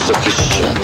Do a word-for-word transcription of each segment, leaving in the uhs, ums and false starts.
sufficient.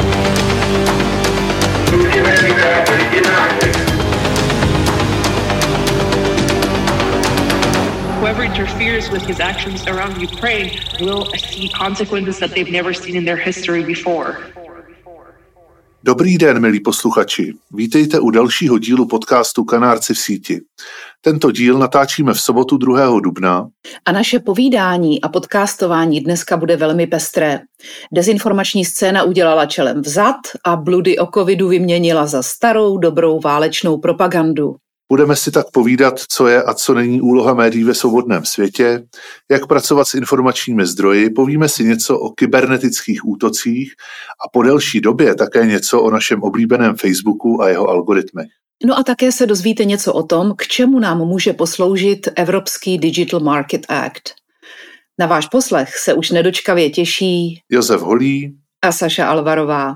Whoever interferes with his actions around Ukraine will see consequences that they've never seen in their history before. Dobrý den, milí posluchači. Vítejte u dalšího dílu podcastu Kanárci v síti. Tento díl natáčíme v sobotu druhého dubna. A naše povídání a podcastování dneska bude velmi pestré. Dezinformační scéna udělala čelem vzad a bludy o covidu vyměnila za starou dobrou válečnou propagandu. Budeme si tak povídat, co je a co není úloha médií ve svobodném světě, jak pracovat s informačními zdroji, povíme si něco o kybernetických útocích a po delší době také něco o našem oblíbeném Facebooku a jeho algoritmech. No a také se dozvíte něco o tom, k čemu nám může posloužit Evropský Digital Market Act. Na váš poslech se už nedočkavě těší Josef Holý a Saša Alvarová.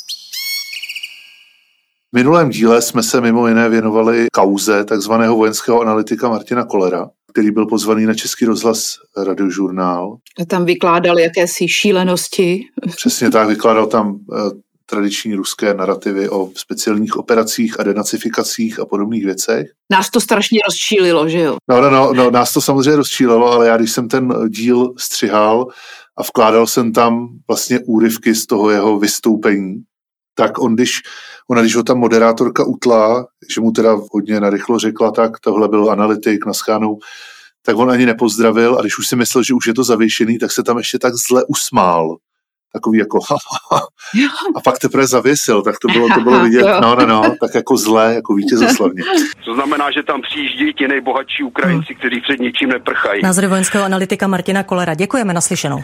V minulém díle jsme se mimo jiné věnovali kauze takzvaného vojenského analytika Martina Kollera, který byl pozvaný na Český rozhlas Radiožurnál. Tam vykládal jakési šílenosti. Přesně tak, vykládal tam uh, tradiční ruské narrativy o speciálních operacích a denacifikacích a podobných věcech. Nás to strašně rozčílilo, že jo? No, no, no, no, nás to samozřejmě rozčílilo, ale já když jsem ten díl střihal a vkládal jsem tam vlastně úryvky z toho jeho vystoupení, tak on, když, ona, když ho tam moderátorka utla, že mu teda hodně narychlo řekla, tak tohle byl analytik naschánou, tak on ani nepozdravil a když už si myslel, že už je to zavěšený, tak se tam ještě tak zle usmál. Takový jako a pak teprve zavěsil, tak to bylo, to bylo vidět, no, no, no, tak jako zle, jako vítězoslavně. To znamená, že tam přijíždí ti nejbohatší Ukrajinci, kteří před ničím neprchají. Názory vojenského analytika Martina Kollera. Děkujeme, naslyšenou.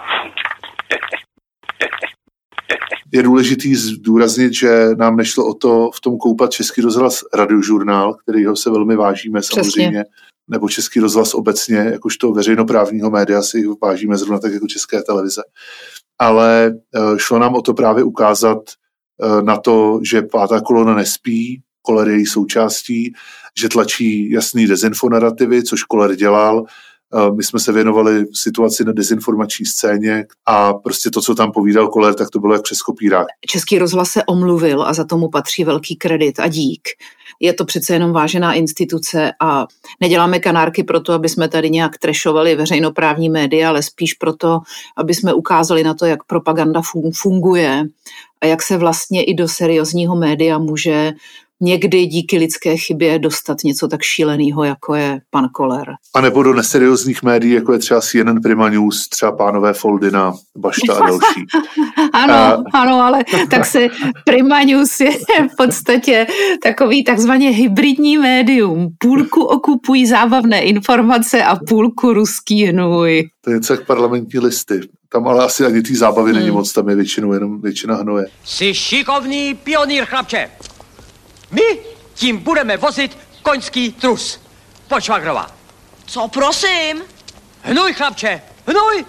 Je důležitý zdůraznit, že nám nešlo o to v tom koupat Český rozhlas Radiožurnál, kterýho se velmi vážíme samozřejmě, Přesně. nebo Český rozhlas obecně, jakožto veřejnoprávního média si ho vážíme zrovna tak jako České televize. Ale šlo nám o to právě ukázat na to, že pátá kolona nespí, Koller je její součástí, že tlačí jasný dezinfonarativy, což Koller dělal. My jsme se věnovali situaci na dezinformační scéně a prostě to, co tam povídal Koller, tak to bylo jak přes kopírák. Český rozhlas se omluvil a za tomu patří velký kredit a dík. Je to přece jenom vážená instituce a neděláme kanárky proto, aby jsme tady nějak trešovali veřejnoprávní média, ale spíš proto, aby jsme ukázali na to, jak propaganda funguje a jak se vlastně i do seriózního média může někdy díky lidské chybě dostat něco tak šíleného, jako je pan Koller. A nebo do neseriózních médií, jako je třeba C N N Prima News, třeba pánové Foldina, Bašta a další. ano, a... ano, ale tak se Prima News je v podstatě takový takzvaně hybridní médium. Půlku okupují zábavné informace a půlku ruský hnůj. To je něco jak parlamentní listy. Tam ale asi ani té zábavy hmm. není moc, tam je většinou jenom většina hnoje. Jsi šikovný pionýr, chlapče. My tím budeme vozit koňský trus. Pojď, švagrová. Co prosím? Hnuj, chlapče, hnuj!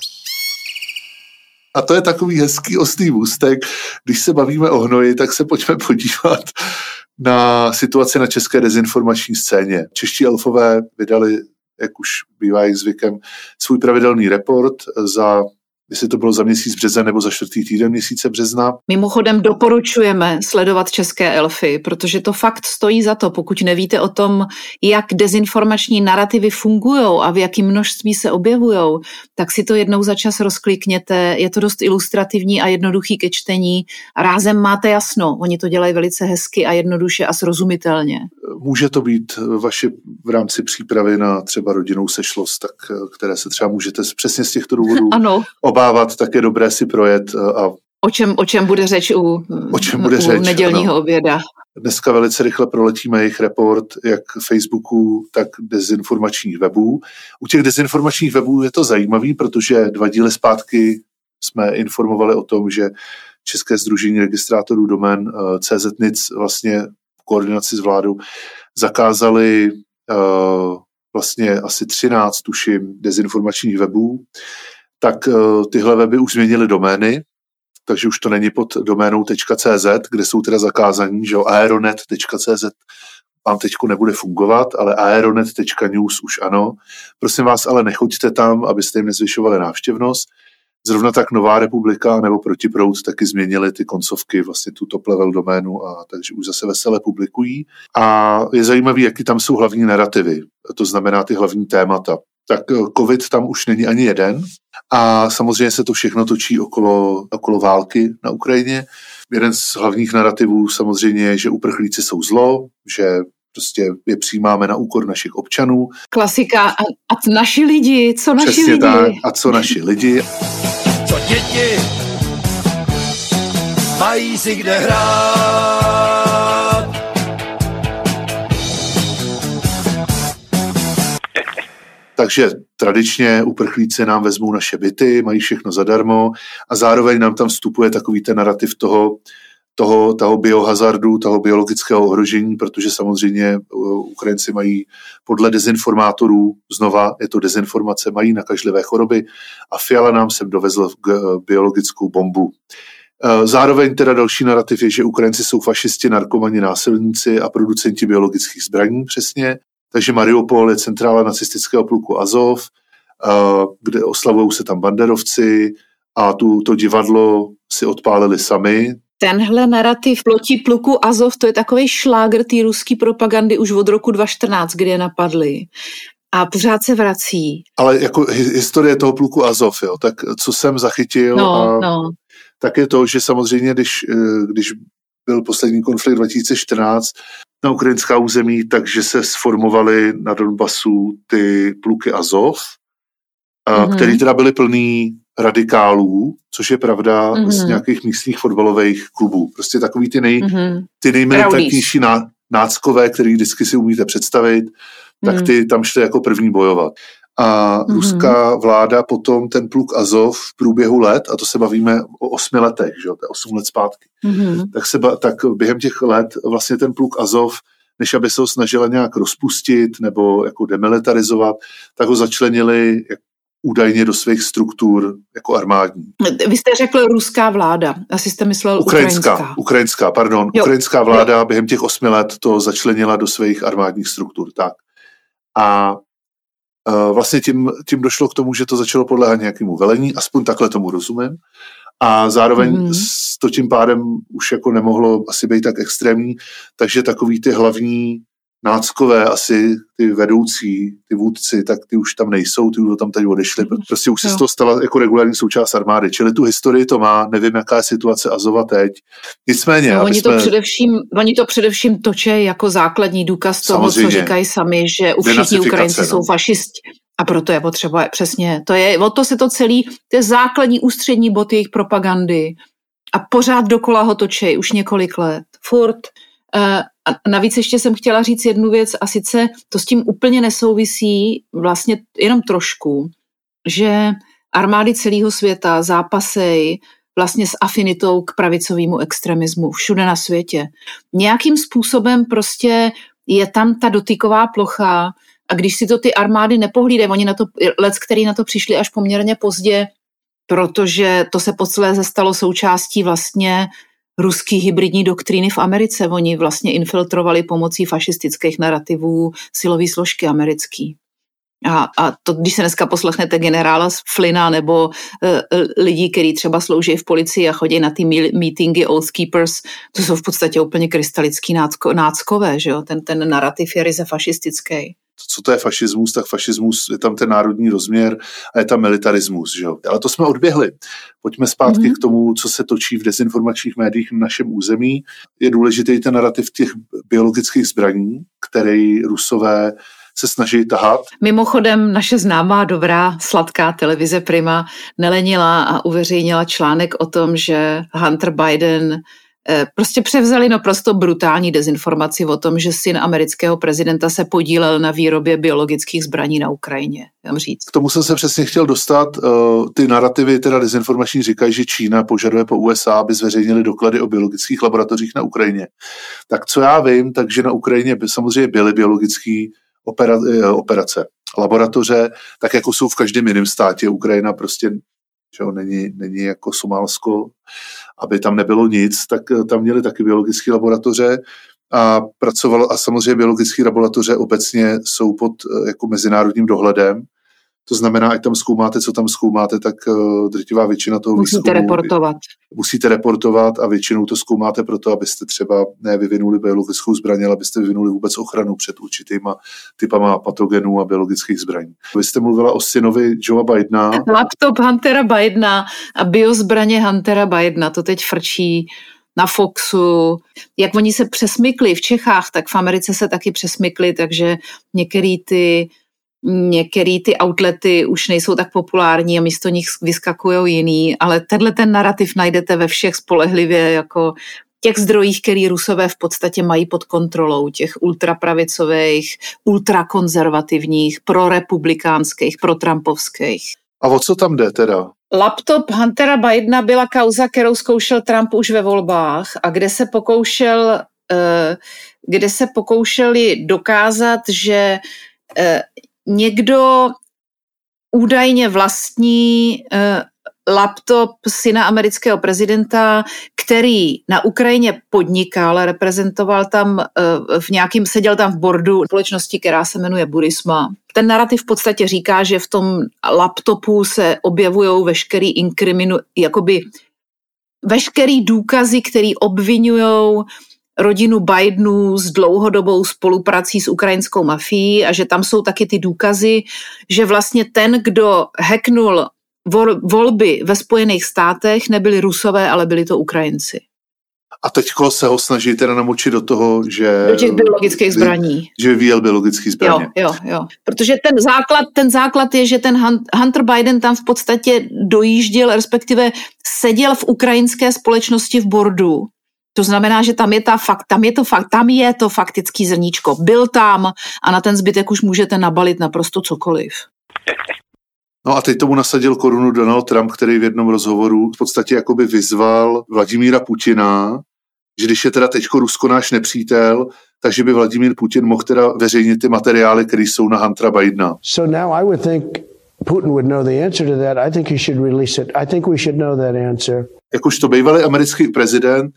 A to je takový hezký ostrý můstek. Když se bavíme o hnoji, tak se pojďme podívat na situaci na české dezinformační scéně. Čeští elfové vydali, jak už bývá jejich zvykem, svůj pravidelný report za, jestli to bylo za měsíc březen nebo za čtvrtý týden měsíce března. Mimochodem doporučujeme sledovat české elfy, protože to fakt stojí za to. Pokud nevíte o tom, jak dezinformační narrativy fungujou a v jakém množství se objevujou, tak si to jednou za čas rozklikněte. Je to dost ilustrativní a jednoduchý ke čtení. A rázem máte jasno. Oni to dělají velice hezky a jednoduše a srozumitelně. Může to být vaše v rámci přípravy na třeba rodinnou sešlost, tak, které se třeba můžete přesně z těchto důvodů ano. obávat, tak je dobré si projet. A o, čem, o čem bude řeč u, o čem bude u řeč, nedělního ano. oběda. Dneska velice rychle proletíme jejich report, jak Facebooku, tak dezinformačních webů. U těch dezinformačních webů je to zajímavý, protože dva díly zpátky jsme informovali o tom, že České sdružení registrátorů domén C Z N I C vlastně v koordinaci s vládou zakázali uh, vlastně asi třináct, tuším, dezinformačních webů, tak uh, tyhle weby už změnily domény, takže už to není pod doménou .cz, kde jsou teda zakázaní, že jo, aeronet tečka cz vám teďko nebude fungovat, ale aeronet tečka news už ano. Prosím vás, ale nechoďte tam, abyste jim nezvyšovali návštěvnost. Zrovna tak Nová republika nebo Protiproud taky změnili ty koncovky, vlastně tu top level doménu, a takže už zase vesele publikují. A je zajímavý, jaký tam jsou hlavní narrativy, to znamená ty hlavní témata. Tak covid tam už není ani jeden a samozřejmě se to všechno točí okolo, okolo války na Ukrajině. Jeden z hlavních narrativů samozřejmě je, že uprchlíci jsou zlo, že prostě je přijímáme na úkor našich občanů. Klasika, a, a naši lidi, co naši Přesně lidi? tak, a co naši lidi. Co děti mají si kde hrát. Takže tradičně uprchlíci nám vezmou naše byty, mají všechno zadarmo a zároveň nám tam vstupuje takový ten narrativ toho, toho, toho biohazardu, toho biologického ohrožení, protože samozřejmě Ukrajinci mají podle dezinformátorů, znova je to dezinformace, mají nakažlivé choroby a Fiala nám sem dovezl biologickou bombu. Zároveň teda další narrativ je, že Ukrajinci jsou fašisti, narkomani, násilníci a producenti biologických zbraní přesně. Takže Mariupol je centrála nacistického pluku Azov, kde oslavují se tam banderovci a tu, to divadlo si odpálili sami. Tenhle narrativ proti pluku Azov, to je takový šlágr té ruské propagandy už od roku dva tisíce čtrnáct, kdy je napadli. A pořád se vrací. Ale jako historie toho pluku Azov, jo, tak co jsem zachytil, no, a, no. tak je to, že samozřejmě, když, když byl poslední konflikt dva tisíce čtrnáct na ukrajinská území, takže se sformovaly na Donbasu ty pluky Azov, mm-hmm. který teda byly plný radikálů, což je pravda, mm-hmm. z nějakých místních fotbalových klubů. Prostě takový ty, nej, mm-hmm. ty nejmilitantnější ná, náckové, který vždycky si umíte představit, tak mm. ty tam šly jako první bojovat. A mm-hmm. ruská vláda potom ten pluk Azov v průběhu let, a to se bavíme o osmi letech, že jo, to je osm let zpátky, mm-hmm. tak, se ba, tak během těch let vlastně ten pluk Azov, než aby se ho snažila nějak rozpustit nebo jako demilitarizovat, tak ho začlenili údajně do svých struktur jako armádní. Vy jste řekl ruská vláda, asi jste myslel ukrajinská. Ukrajinská, ukrajinská pardon. Jo. Ukrajinská vláda jo. během těch osmi let to začlenila do svých armádních struktur, tak. A uh, vlastně tím, tím došlo k tomu, že to začalo podléhat nějakému velení, aspoň takhle tomu rozumím. A zároveň mm-hmm. to tím pádem už jako nemohlo asi být tak extrémní, takže takový ty hlavní náckové asi, ty vedoucí, ty vůdci, tak ty už tam nejsou, ty už tam tady odešli, prostě už se z toho stala jako regulární součást armády, čili tu historii to má, nevím, jaká je situace Azova teď. Nicméně, no, oni, jsme... to především, oni to především točí jako základní důkaz toho, samozřejmě, co říkají sami, že u všichni Ukrajinci no. jsou fašisti. A proto je potřeba, přesně, to je, o to se to celý, to je základní ústřední bod jejich propagandy a pořád dokola ho točí už několik let, furt. A navíc ještě jsem chtěla říct jednu věc a sice to s tím úplně nesouvisí, vlastně jenom trošku, že armády celého světa zápasejí vlastně s afinitou k pravicovému extremismu všude na světě. Nějakým způsobem prostě je tam ta dotyková plocha a když si to ty armády nepohlídají, oni na to, lec, který na to přišli až poměrně pozdě, protože to se posléze stalo součástí vlastně ruský hybridní doktríny v Americe. Oni vlastně infiltrovali pomocí fašistických narrativů silový složky americký. A, a to, když se dneska poslechnete generála z Flynna nebo uh, lidí, kteří třeba slouží v policii a chodí na ty meetingy Oath Keepers, to jsou v podstatě úplně krystalický nácko, náckové, že jo? Ten, ten narrativ je ryze fašistický. Co to je fašismus, tak fašismus je tam ten národní rozměr a je tam militarismus. Že jo? Ale to jsme odběhli. Pojďme zpátky mm-hmm. k tomu, co se točí v dezinformačních médiích na našem území. Je důležitý ten narrativ těch biologických zbraní, který Rusové se snaží tahat. Mimochodem naše známá, dobrá, sladká televize Prima nelenila a uveřejnila článek o tom, že Hunter Biden prostě převzali naprosto brutální dezinformaci o tom, že syn amerického prezidenta se podílel na výrobě biologických zbraní na Ukrajině. Dám říct. K tomu jsem se přesně chtěl dostat. Ty narrativy, teda dezinformační, říkají, že Čína požaduje po U S A, aby zveřejnili doklady o biologických laboratořích na Ukrajině. Tak co já vím, takže na Ukrajině by samozřejmě byly biologické opera, operace, laboratoře, tak jako jsou v každém jiném státě. Ukrajina prostě že jo, není, není jako Somálsko, aby tam nebylo nic, tak tam měli taky biologické laboratoře a pracovalo, a samozřejmě biologické laboratoře obecně jsou pod jako mezinárodním dohledem, To znamená, ať tam zkoumáte, co tam zkoumáte, tak drtivá většina toho Musíte výzkumu... reportovat. Musíte reportovat a většinou to zkoumáte proto, abyste třeba nevyvinuli biologickou zbraň, ale abyste vyvinuli vůbec ochranu před určitýma typama patogenů a biologických zbraní. Vy jste mluvila o synovi Joea Bidena. Laptop Huntera Bidena a biozbraně Huntera Bidena, to teď frčí na Foxu. Jak oni se přesmykli v Čechách, tak v Americe se taky přesmykli, takže některý ty Některé ty outlety už nejsou tak populární a místo nich vyskakují jiný, ale tenhle ten narrativ najdete ve všech spolehlivě jako těch zdrojích, který Rusové v podstatě mají pod kontrolou, těch ultrapravicových, ultrakonzervativních, prorepublikánských, protrampovských. A o co tam jde teda? Laptop Huntera Bidena byla kauza, kterou zkoušel Trump už ve volbách a kde se pokoušel, kde se pokoušeli dokázat, že někdo údajně vlastní uh, laptop syna amerického prezidenta, který na Ukrajině podnikal, reprezentoval tam uh, v nějakým, seděl tam v bordu společnosti, která se jmenuje Burisma. Ten narrativ v podstatě říká, že v tom laptopu se objevují veškerý inkriminu, jakoby veškerý důkazy, který obvinujou rodinu Bidenů s dlouhodobou spoluprací s ukrajinskou mafií a že tam jsou taky ty důkazy, že vlastně ten, kdo hacknul volby ve Spojených státech, nebyli Rusové, ale byli to Ukrajinci. A teďko se ho snaží teda namočit do toho, že... Do těch biologických zbraní. Že vyvíjel biologické zbraně. Jo, jo, jo. Protože ten základ, ten základ je, že ten Hunter Biden tam v podstatě dojížděl, respektive seděl v ukrajinské společnosti v bordu. To znamená, že tam je, ta fakt, tam, je to fakt, tam je to faktický zrníčko. Byl tam a na ten zbytek už můžete nabalit naprosto cokoliv. No a teď tomu nasadil korunu Donald Trump, který v jednom rozhovoru v podstatě jakoby vyzval Vladimíra Putina, že když je teda teďko Rusko náš nepřítel, takže by Vladimír Putin mohl teda veřejnit ty materiály, které jsou na Huntera Bidena. So now I would think Putin would know the answer to that. I think he should release it. I think we should know that answer. Jakožto bývalý americký prezident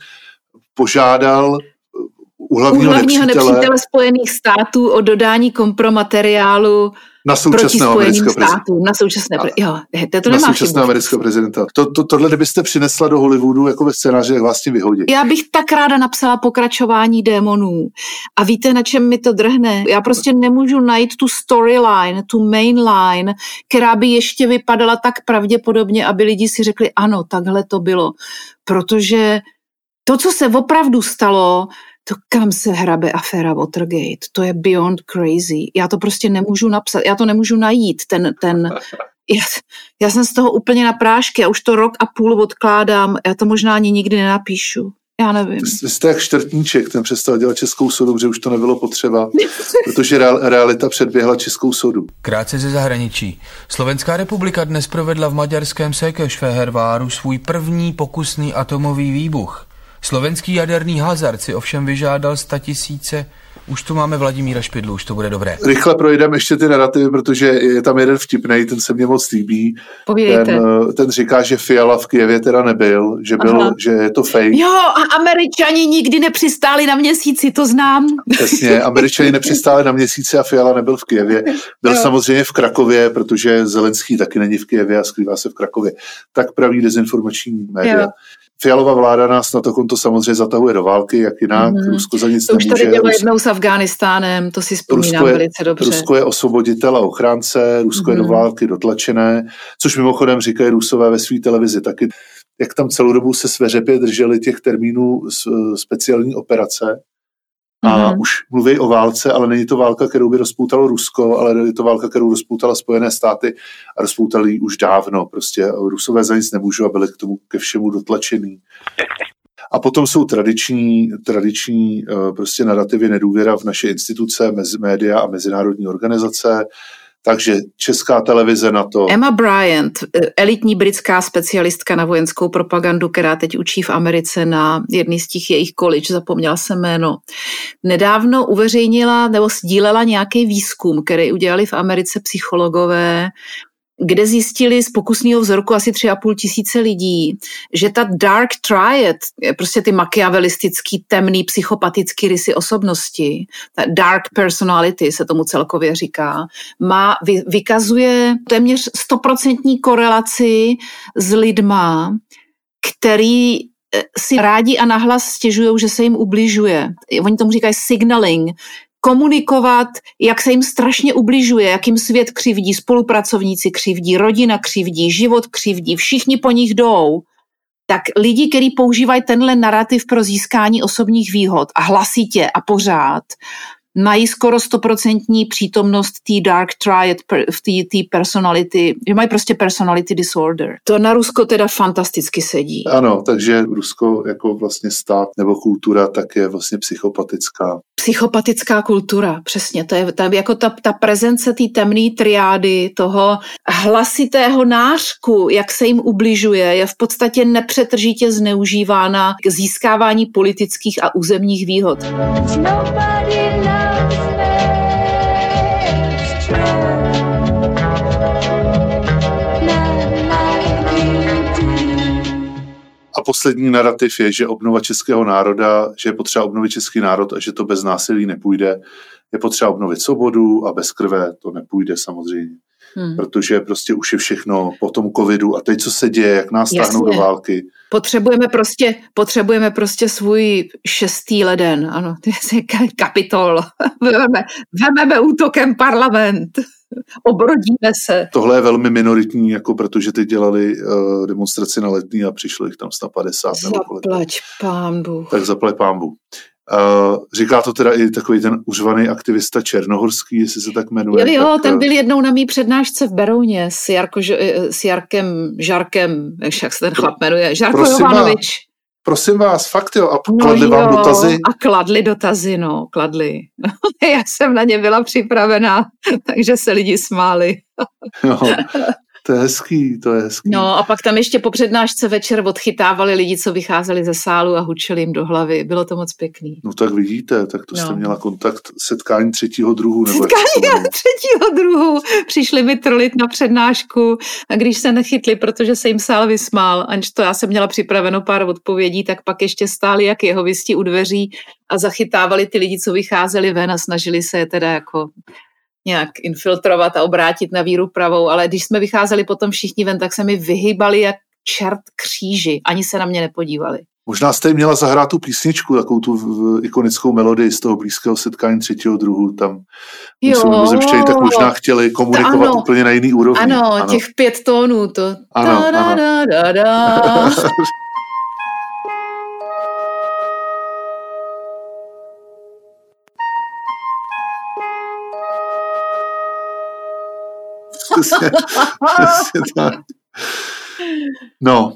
požádal u hlavního, hlavního nepřítele, nepřítele Spojených států o dodání kompromateriálu na současného amerického prezidenta. Na současné, na, jo, to na současného amerického prezidenta. To, to, tohle, kdybyste přinesla do Hollywoodu jako ve scénáři, jak vlastně vyhodí. Já bych tak ráda napsala pokračování démonů. A víte, na čem mi to drhne? Já prostě nemůžu najít tu storyline, tu mainline, která by ještě vypadala tak pravděpodobně, aby lidi si řekli, ano, takhle to bylo. Protože to, co se opravdu stalo, to kam se hrabe aféra Watergate, to je beyond crazy. Já to prostě nemůžu napsat, já to nemůžu najít, ten, ten, já, já jsem z toho úplně na prášky, já už to rok a půl odkládám, já to možná ani nikdy nenapíšu. Já nevím. Vy jste jak Štrtníček, ten přestal dělat Českou sodu, protože už to nebylo potřeba, protože realita předběhla Českou sodu. Krátce ze zahraničí. Slovenská republika dnes provedla v maďarském Székesfehérváru svůj první pokusný atomový výbuch. Slovenský jaderný hazard si ovšem vyžádal statisíce. Už tu máme Vladimíra Špidlu, už to bude dobré. Rychle projdeme ještě ty narrativy, protože je tam jeden vtipnej, ten se mně moc líbí. Ten, ten říká, že Fiala v Kyjevě teda nebyl, že, byl, že je to fake. Jo, a Američani nikdy nepřistáli na měsíci, to znám. Přesně, Američani nepřistáli na měsíci a Fiala nebyl v Kyjevě. Byl jo. samozřejmě v Krakově, protože Zelenský taky není v Kyjevě a skrývá se v Krakově. Tak praví dezinformační média. Jo. Fialová vláda nás na to konto samozřejmě zatahuje do války, jak jinak. Mm. Rusko za nic to nemůže. To už tady dělo jednou s Afghánistánem, to si vzpomínám je, velice dobře. Rusko je osvoboditel a ochránce, Rusko mm. je do války dotlačené, což mimochodem říkají Rusové ve své televizi taky. Jak tam celou dobu se sveřepě drželi těch termínů speciální operace a mm. už mluví o válce, ale není to válka, kterou by rozpoutalo Rusko, ale je to válka, kterou rozpoutala Spojené státy a rozpoutali ji už dávno. Prostě Rusové za nic nemůžou a byli k tomu ke všemu dotlačený. A potom jsou tradiční, tradiční prostě narrativy nedůvěra v naše instituce, mezi média a mezinárodní organizace. Takže Česká televize na to. Emma Bryant, elitní britská specialistka na vojenskou propagandu, která teď učí v Americe na jedný z těch jejich college, zapomněla jsem jméno, nedávno uveřejnila nebo sdílela nějaký výzkum, který udělali v Americe psychologové, kde zjistili z pokusného vzorku asi tři a půl tisíce lidí, že ta dark triad, prostě ty machiavelistický, temný, psychopatický rysy osobnosti, ta dark personality se tomu celkově říká, má, vy, vykazuje téměř stoprocentní korelaci s lidma, který si rádi a nahlas stěžujou, že se jim ubližuje. Oni tomu říkají signaling, komunikovat, jak se jim strašně ubližuje, jak jim svět křivdí, spolupracovníci křivdí, rodina křivdí, život křivdí, všichni po nich jdou. Tak lidi, kteří používají tenhle narrativ pro získání osobních výhod a hlasitě a pořád, mají skoro stoprocentní přítomnost té dark triad v té personality, že mají prostě personality disorder. To na Rusko teda fantasticky sedí. Ano, takže Rusko jako vlastně stát nebo kultura tak je vlastně psychopatická. Psychopatická kultura, přesně. To je, to je jako ta, ta prezence té temné triády, toho hlasitého nářku, jak se jim ubližuje, je v podstatě nepřetržitě zneužívána k získávání politických a územních výhod. A poslední narrativ je, že obnova českého národa, že je potřeba obnovit český národ a že to bez násilí nepůjde. Je potřeba obnovit svobodu a bez krve to nepůjde samozřejmě. Hmm. Protože prostě už je všechno po tom covidu a teď, co se děje, jak nás stáhnou do války. Potřebujeme prostě, potřebujeme prostě svůj šestý leden, ano, kapitol. Vememe, vememe útokem parlament. Obrodíme se. Tohle je velmi minoritní, jako protože ty dělali uh, demonstraci na Letný a přišlo jich tam sto padesát. Zaplať pán Bůh. Tak zaplať pán Bůh. Uh, říká to teda i takový ten uřvaný aktivista Černohorský, jestli se tak jmenuje. Jo, jo, tak, ten byl jednou na mý přednášce v Berouně s, Jarko, s Jarkem Žarkem, jak se ten chlap jmenuje, Žarko Jovanovič. Prosím vás, fakt jo, a kladli no vám dotazy? A kladli dotazy, no, kladli. Já jsem na ně byla připravená, takže se lidi smáli. Jo, to je hezký, to je hezký. No a pak tam ještě po přednášce večer odchytávali lidi, co vycházeli ze sálu a hučeli jim do hlavy. Bylo to moc pěkný. No tak vidíte, tak to no. jste měla kontakt setkání třetího druhu. Nebo setkání třetího druhu. Přišli mi trolit na přednášku a když se nechytli, protože se jim sál vysmál, aniž to já jsem měla připraveno pár odpovědí, tak pak ještě stáli jak jehovisti u dveří a zachytávali ty lidi, co vycházeli ven a snažili se je teda jako nějak infiltrovat a obrátit na víru pravou, ale když jsme vycházeli potom všichni ven, tak se mi vyhýbali jak čert kříži. Ani se na mě nepodívali. Možná jste jim měla zahrát tu písničku, takovou tu ikonickou melodii z toho blízkého setkání třetího druhu. Tam mimozemštění tak možná chtěli komunikovat ano, úplně na jiný úrovni. Ano, ano, těch pět tónů. To... Ano, da, ano. Da, da, da. Přesně, přesně tak. No.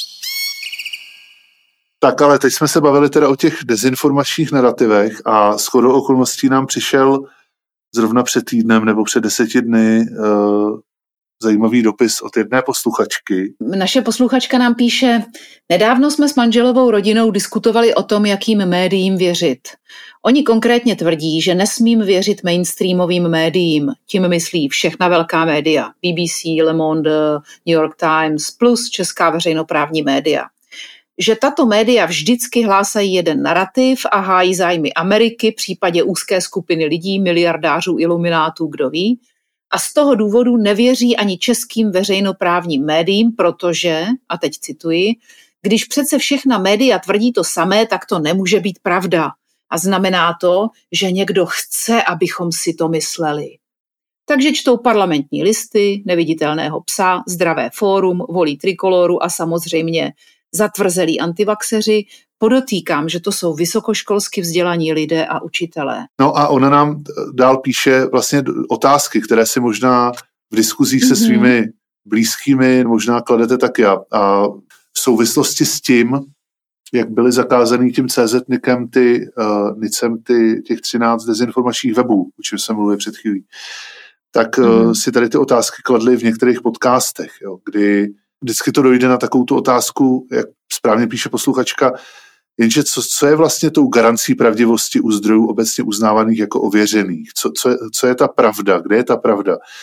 Tak ale teď jsme se bavili teda o těch dezinformačních narrativech a shodou okolností nám přišel zrovna před týdnem nebo před deseti dny uh, zajímavý dopis od jedné posluchačky. Naše posluchačka nám píše, nedávno jsme s manželovou rodinou diskutovali o tom, jakým médiím věřit. Oni konkrétně tvrdí, že nesmím věřit mainstreamovým médiím, tím myslí všechna velká média, B B C, Le Monde, New York Times plus česká veřejnoprávní média. Že tato média vždycky hlásají jeden narrativ a hájí zájmy Ameriky, v případě úzké skupiny lidí, miliardářů, iluminátů, kdo ví, a z toho důvodu nevěří ani českým veřejnoprávním médiím, protože, a teď cituji, když přece všechna média tvrdí to samé, tak to nemůže být pravda. A znamená to, že někdo chce, abychom si to mysleli. Takže čtou Parlamentní listy, Neviditelného psa, Zdravé fórum, Volí Trikoloru a samozřejmě zatvrzelí antivaxeři. Podotýkám, že to jsou vysokoškolsky vzdělaní lidé a učitelé. No a ona nám dál píše vlastně otázky, které si možná v diskuzích se svými blízkými možná kladete taky. A, a v souvislosti s tím, jak byly zakázaný tím CZNICem ty, uh, NICem ty, těch třináct dezinformačních webů, o čem jsem mluvil před chvílí, tak mm. uh, si tady ty otázky kladly v některých podcastech, jo, kdy vždycky to dojde na takovou tu otázku, jak správně píše posluchačka, jenže co, co je vlastně tou garancí pravdivosti u zdrojů obecně uznávaných jako ověřených? Co, co, je, co je ta pravda? Kde je ta pravda?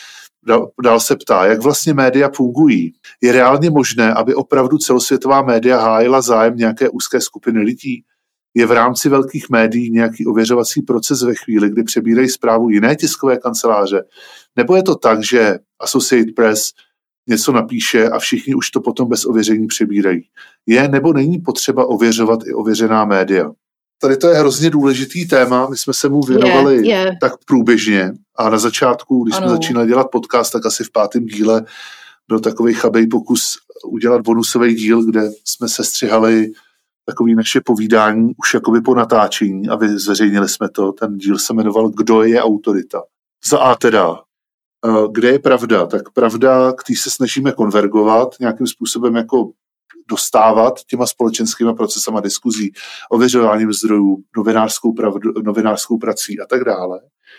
dál, dál se ptá, jak vlastně média fungují. Je reálně možné, aby opravdu celosvětová média hájila zájem nějaké úzké skupiny lidí? Je v rámci velkých médií nějaký ověřovací proces ve chvíli, kdy přebírají zprávu jiné tiskové kanceláře? Nebo je to tak, že Associated Press něco napíše a všichni už to potom bez ověření přebírají? Je nebo není potřeba ověřovat i ověřená média? Tady to je hrozně důležitý téma, my jsme se mu věnovali je, je. tak průběžně a na začátku, když ano. jsme začínali dělat podcast, tak asi v pátém díle byl takový chabej pokus udělat bonusový díl, kde jsme sestřihali takový naše povídání už jakoby po natáčení a zveřejnili jsme to. Ten díl se jmenoval Kdo je autorita. Za A teda, kde je pravda? Tak pravda, který se snažíme konvergovat, nějakým způsobem jako dostávat těma společenskými procesama diskuzí, ověřováním zdrojů, novinářskou, pravdu, novinářskou prací a tak dále.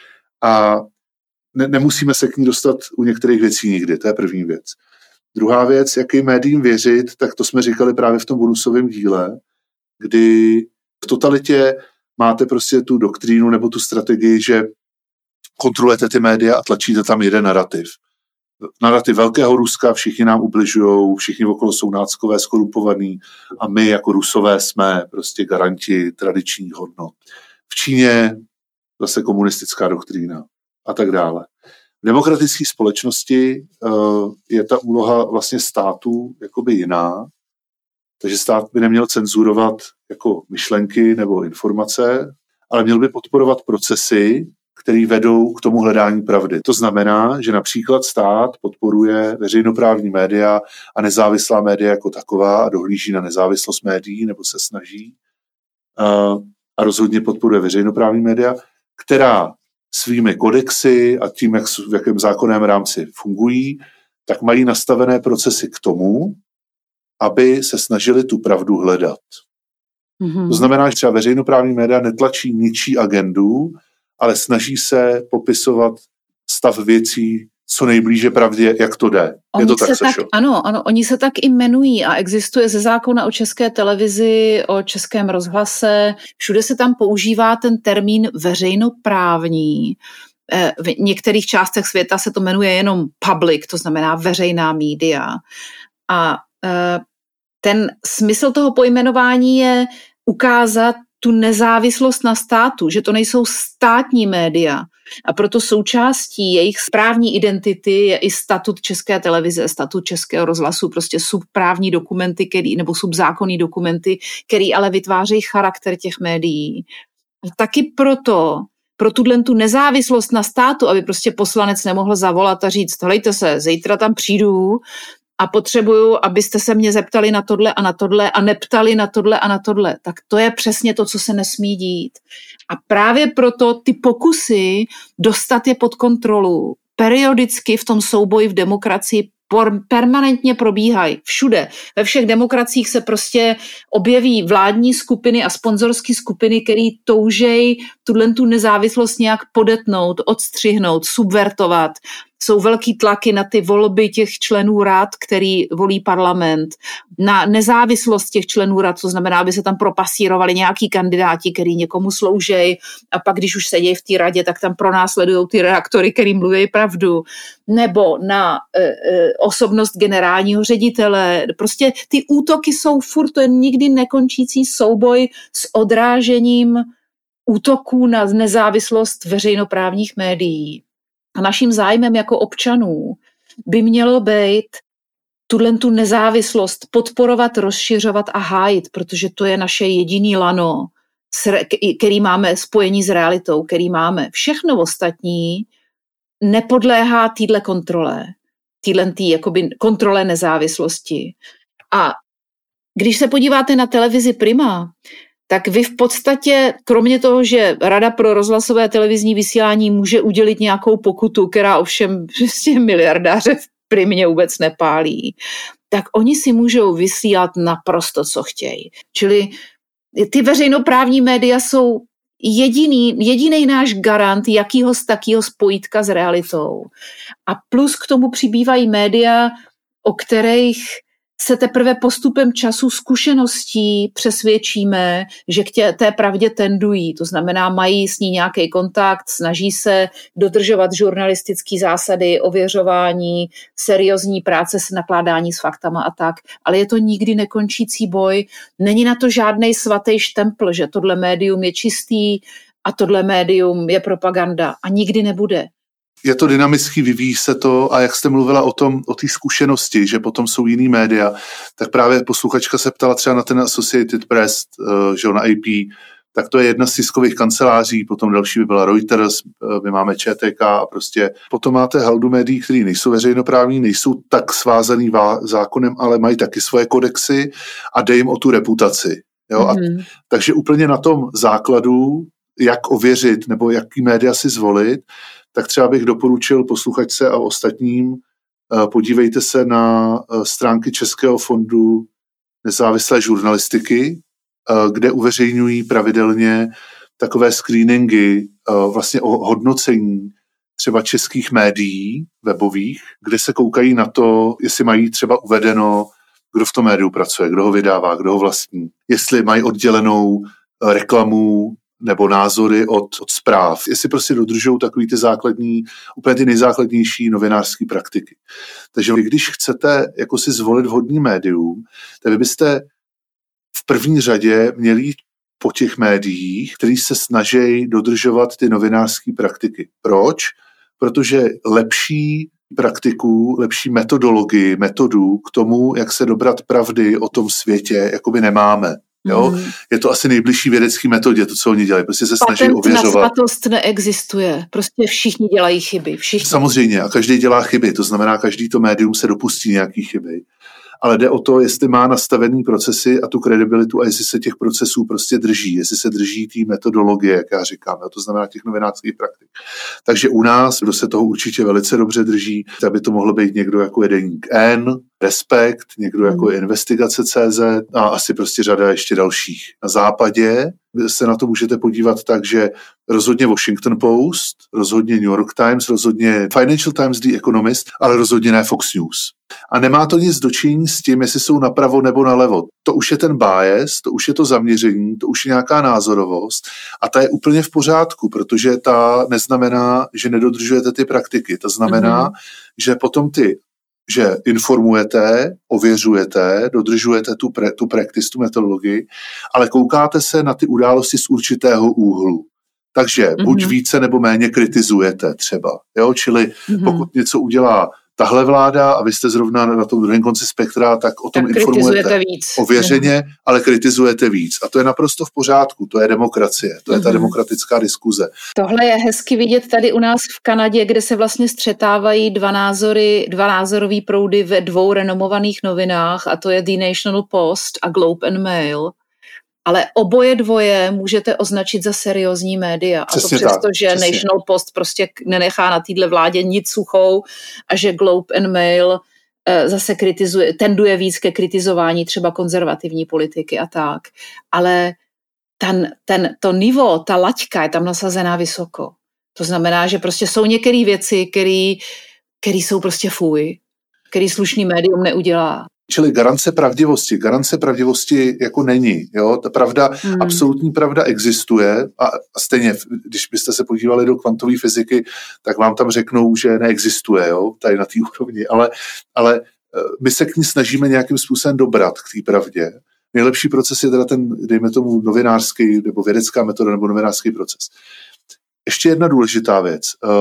A ne, nemusíme se k ní dostat u některých věcí nikdy, to je první věc. Druhá věc, jakým médiím věřit, tak to jsme říkali právě v tom bonusovém díle, kdy v totalitě máte prostě tu doktrínu nebo tu strategii, že kontrolujete ty média a tlačíte tam jeden narrativ. Narrativ velkého Ruska, všichni nám ubližujou, všichni okolo jsou náckové, skorumpovaní a my jako Rusové jsme prostě garanti tradičních hodnot. V Číně zase komunistická doktrína a tak dále. V demokratické společnosti uh, je ta úloha vlastně státu jakoby jiná, takže stát by neměl cenzurovat jako myšlenky nebo informace, ale měl by podporovat procesy, které vedou k tomu hledání pravdy. To znamená, že například stát podporuje veřejnoprávní média a nezávislá média jako taková a dohlíží na nezávislost médií nebo se snaží uh, a rozhodně podporuje veřejnoprávní média, která svými kodexy a tím, jak, v jakém zákonném rámci fungují, tak mají nastavené procesy k tomu, aby se snažili tu pravdu hledat. Mm-hmm. To znamená, že třeba veřejnoprávní média netlačí ničí agendu, ale snaží se popisovat stav věcí co nejblíže pravdě, jak to jde. Oni je to tak, tak, ano, ano, oni se tak i jmenují a existuje ze zákona o České televizi, o Českém rozhlase. Všude se tam používá ten termín veřejnoprávní. V některých částech světa se to jmenuje jenom public, to znamená veřejná média. A ten smysl toho pojmenování je ukázat tu nezávislost na státu, že to nejsou státní média. A proto součástí jejich správní identity je i statut České televize, statut Českého rozhlasu, prostě subprávní dokumenty, který, nebo subzákonní dokumenty, který ale vytvářejí charakter těch médií. A taky proto, pro tuhle tu nezávislost na státu, aby prostě poslanec nemohl zavolat a říct, helejte se, zítra tam přijdu a potřebuju, abyste se mě zeptali na tohle a na tohle a neptali na tohle a na tohle. Tak to je přesně to, co se nesmí dít. A právě proto ty pokusy dostat je pod kontrolu periodicky v tom souboji v demokracii permanentně probíhají. Všude. Ve všech demokraciích se prostě objeví vládní skupiny a sponzorské skupiny, které toužejí tu nezávislost nějak podetnout, odstřihnout, subvertovat. Jsou velký tlaky na ty volby těch členů rad, který volí parlament, na nezávislost těch členů rad, to znamená, aby se tam propasírovali nějaký kandidáti, který někomu sloužejí a pak, když už sedí v té radě, tak tam pronásledují ty redaktory, který mluví pravdu, nebo na e, e, osobnost generálního ředitele. Prostě ty útoky jsou furt, to je nikdy nekončící souboj s odrážením útoků na nezávislost veřejnoprávních médií. A naším zájmem jako občanů by mělo být tu nezávislost podporovat, rozšiřovat a hájit, protože to je naše jediný lano, který máme spojení s realitou, který máme. Všechno ostatní nepodléhá týhle kontrole, týhle tý, jakoby kontrole nezávislosti. A když se podíváte na televizi Prima, tak vy v podstatě, kromě toho, že Rada pro rozhlasové televizní vysílání může udělit nějakou pokutu, která ovšem prostě miliardáře v Primě vůbec nepálí, tak oni si můžou vysílat naprosto, co chtějí. Čili ty veřejnoprávní média jsou jediný, jediný náš garant jakýho z takýho spojitka s realitou. A plus k tomu přibývají média, o kterých se teprve postupem času zkušeností přesvědčíme, že k tě, té pravdě tendují. To znamená, mají s ní nějaký kontakt, snaží se dodržovat žurnalistické zásady, ověřování, seriózní práce s nakládání s faktama a tak. Ale je to nikdy nekončící boj. Není na to žádnej svatý štempl, že tohle médium je čistý a tohle médium je propaganda. A nikdy nebude. Je to dynamický, vyvíjí se to a jak jste mluvila o tom, o té zkušenosti, že potom jsou jiný média, tak právě posluchačka se ptala třeba na ten Associated Press, že na A P, tak to je jedna z tiskových kanceláří, potom další by byla Reuters, my máme Č T K a prostě potom máte haldu médií, které nejsou veřejnoprávní, nejsou tak svázaný zákonem, ale mají taky svoje kodexy a dej jim o tu reputaci. Jo? Mm-hmm. A, takže úplně na tom základu, jak ověřit nebo jaký média si zvolit, tak třeba bych doporučil posluchačce a ostatním, podívejte se na stránky Českého fondu nezávislé žurnalistiky, kde uveřejňují pravidelně takové screeningy, vlastně o hodnocení třeba českých médií webových, kde se koukají na to, jestli mají třeba uvedeno, kdo v tom médiu pracuje, kdo ho vydává, kdo ho vlastní, jestli mají oddělenou reklamu nebo názory od, od zpráv, jestli prostě dodržují takový ty základní, úplně ty nejzákladnější novinářské praktiky. Takže vy, když chcete jako si zvolit vhodný médium, tak vy byste v první řadě měli jít po těch médiích, který se snaží dodržovat ty novinářské praktiky. Proč? Protože lepší praktiku, lepší metodologii, metodu k tomu, jak se dobrat pravdy o tom světě, jakoby nemáme. Jo? Mm. Je to asi nejbližší vědecký metodě, to, co oni dělají. Prostě se snaží Patent ověřovat. Patent na svatost neexistuje. Prostě všichni dělají chyby. Všichni. Samozřejmě a každý dělá chyby. To znamená, každý to médium se dopustí nějaký chyby. Ale jde o to, jestli má nastavený procesy a tu kredibilitu a jestli se těch procesů prostě drží, jestli se drží té metodologie, jak já říkám, to znamená těch novinářských praktik. Takže u nás, kdo se toho určitě velice dobře drží, tak by to mohlo být někdo jako je Deník N, Respekt, někdo jako je Investigace tečka cé zet a asi prostě řada ještě dalších. Na západě se na to můžete podívat tak, že rozhodně Washington Post, rozhodně New York Times, rozhodně Financial Times, The Economist, ale rozhodně ne Fox News. A nemá to nic dočinění s tím, jestli jsou napravo nebo nalevo. To už je ten bias, to už je to zaměření, to už je nějaká názorovost a ta je úplně v pořádku, protože ta neznamená, že nedodržujete ty praktiky. To znamená, mm-hmm. že potom ty že informujete, ověřujete, dodržujete tu, pre, tu practice, tu metodologii, ale koukáte se na ty události z určitého úhlu. Takže mm-hmm. buď více nebo méně kritizujete třeba. Jo? Čili mm-hmm. pokud něco udělá tahle vláda a vy jste zrovna na tom druhém konci spektra, tak o tom tak informujete víc. Ověřeně, mm. ale kritizujete víc. A to je naprosto v pořádku, to je demokracie, to je ta mm. demokratická diskuze. Tohle je hezky vidět tady u nás v Kanadě, kde se vlastně střetávají dva názory, dva názorový proudy ve dvou renomovaných novinách, a to je The National Post a Globe and Mail. Ale oboje dvoje můžete označit za seriózní média. Přesně a to přesto, tak, že přesně. National Post prostě nenechá na téhle vládě nic suchou a že Globe and Mail e, zase kritizuje, tenduje víc ke kritizování třeba konzervativní politiky a tak. Ale ten, ten, to nivo, ta laťka je tam nasazená vysoko. To znamená, že prostě jsou některé věci, které jsou prostě fuj, který slušný médium neudělá. Čili garance pravdivosti. Garance pravdivosti jako není. Jo? Ta pravda, hmm. absolutní pravda existuje a stejně, když byste se podívali do kvantové fyziky, tak vám tam řeknou, že neexistuje, jo? Tady na té úrovni. Ale, ale my se k ní snažíme nějakým způsobem dobrat k té pravdě. Nejlepší proces je teda ten, dejme tomu, novinářský nebo vědecká metoda nebo novinářský proces. Ještě jedna důležitá věc.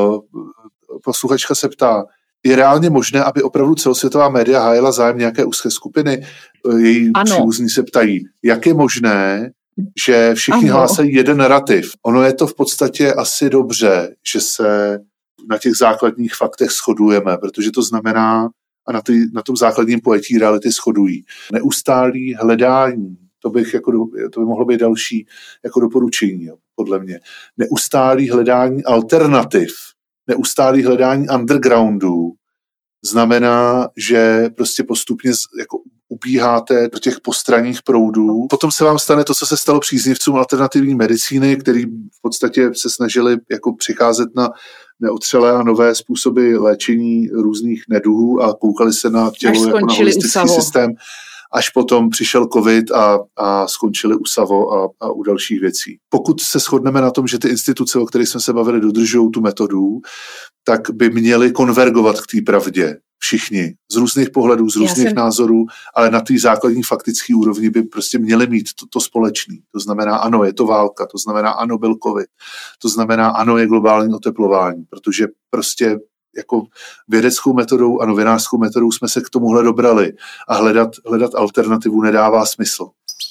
Posluchačka se ptá, je reálně možné, aby opravdu celosvětová média hájila zájem nějaké úzké skupiny? Její příbuzní se ptají, jak je možné, že všichni ano. hlásají jeden narrativ. Ono je to v podstatě asi dobře, že se na těch základních faktech shodujeme, protože to znamená, a na, ty, na tom základním pojetí reality shodují. Neustálý hledání, to, bych jako, to by mohlo být další jako doporučení, jo, podle mě. Neustálý hledání alternativ, neustálý hledání undergroundů znamená, že prostě postupně jako ubíháte do těch postranních proudů. Potom se vám stane to, co se stalo příznivcům alternativní medicíny, který v podstatě se snažili jako přicházet na neotřelé a nové způsoby léčení různých neduhů a koukali se na tělo jako na holistický systém, až potom přišel covid a, a skončili u Savo a, a u dalších věcí. Pokud se shodneme na tom, že ty instituce, o kterých jsme se bavili, dodržují tu metodu, tak by měli konvergovat k té pravdě všichni, z různých pohledů, z různých jsem... názorů, ale na té základní faktické úrovni by prostě měli mít to, to společný. To znamená, ano, je to válka, to znamená, ano, byl covid, to znamená, ano, je globální oteplování, protože prostě jako vědeckou metodou a novinářskou metodou jsme se k tomuhle dobrali a hledat, hledat alternativu nedává smysl.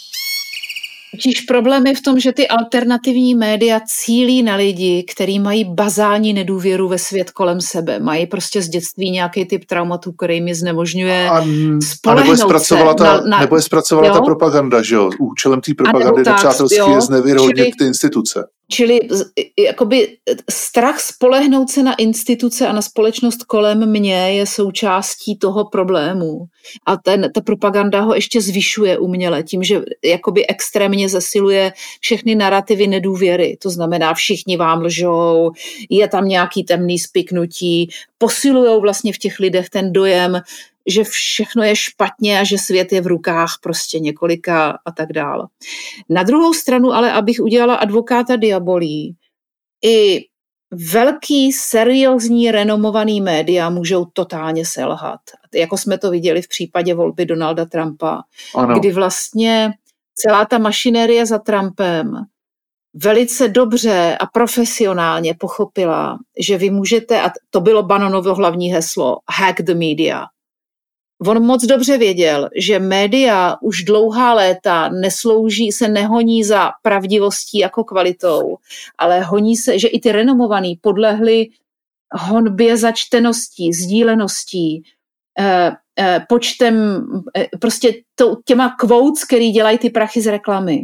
Totiž problém je v tom, že ty alternativní média cílí na lidi, kteří mají bazální nedůvěru ve svět kolem sebe. Mají prostě z dětství nějaký typ traumatu, který mi znemožňuje a, a nebo je zpracovala ta, na, na, nebo je zpracovala ta propaganda, že jo? Účelem té propagandy nepřátelské je znevěrohodnit ty instituce. Čili jakoby strach spolehnout se na instituce a na společnost kolem mě je součástí toho problému. A ten, ta propaganda ho ještě zvyšuje uměle tím, že jakoby extrémně zesiluje všechny narrativy nedůvěry. To znamená, všichni vám lžou, je tam nějaký temný spiknutí, posilujou vlastně v těch lidech ten dojem, že všechno je špatně a že svět je v rukách prostě několika a tak dále. Na druhou stranu ale, abych udělala advokáta diabolí, i velký, seriózní, renomovaný média můžou totálně selhat. Jako jsme to viděli v případě volby Donalda Trumpa, ano. Kdy vlastně celá ta mašinérie za Trumpem velice dobře a profesionálně pochopila, že vy můžete, a to bylo Bannonovo hlavní heslo, hack the media. On moc dobře věděl, že média už dlouhá léta neslouží, se nehoní za pravdivostí jako kvalitou, ale honí se, že i ty renomovaný podlehli honbě za čteností, sdíleností, eh, eh, počtem, eh, prostě to, těma quotes, který dělají ty prachy z reklamy.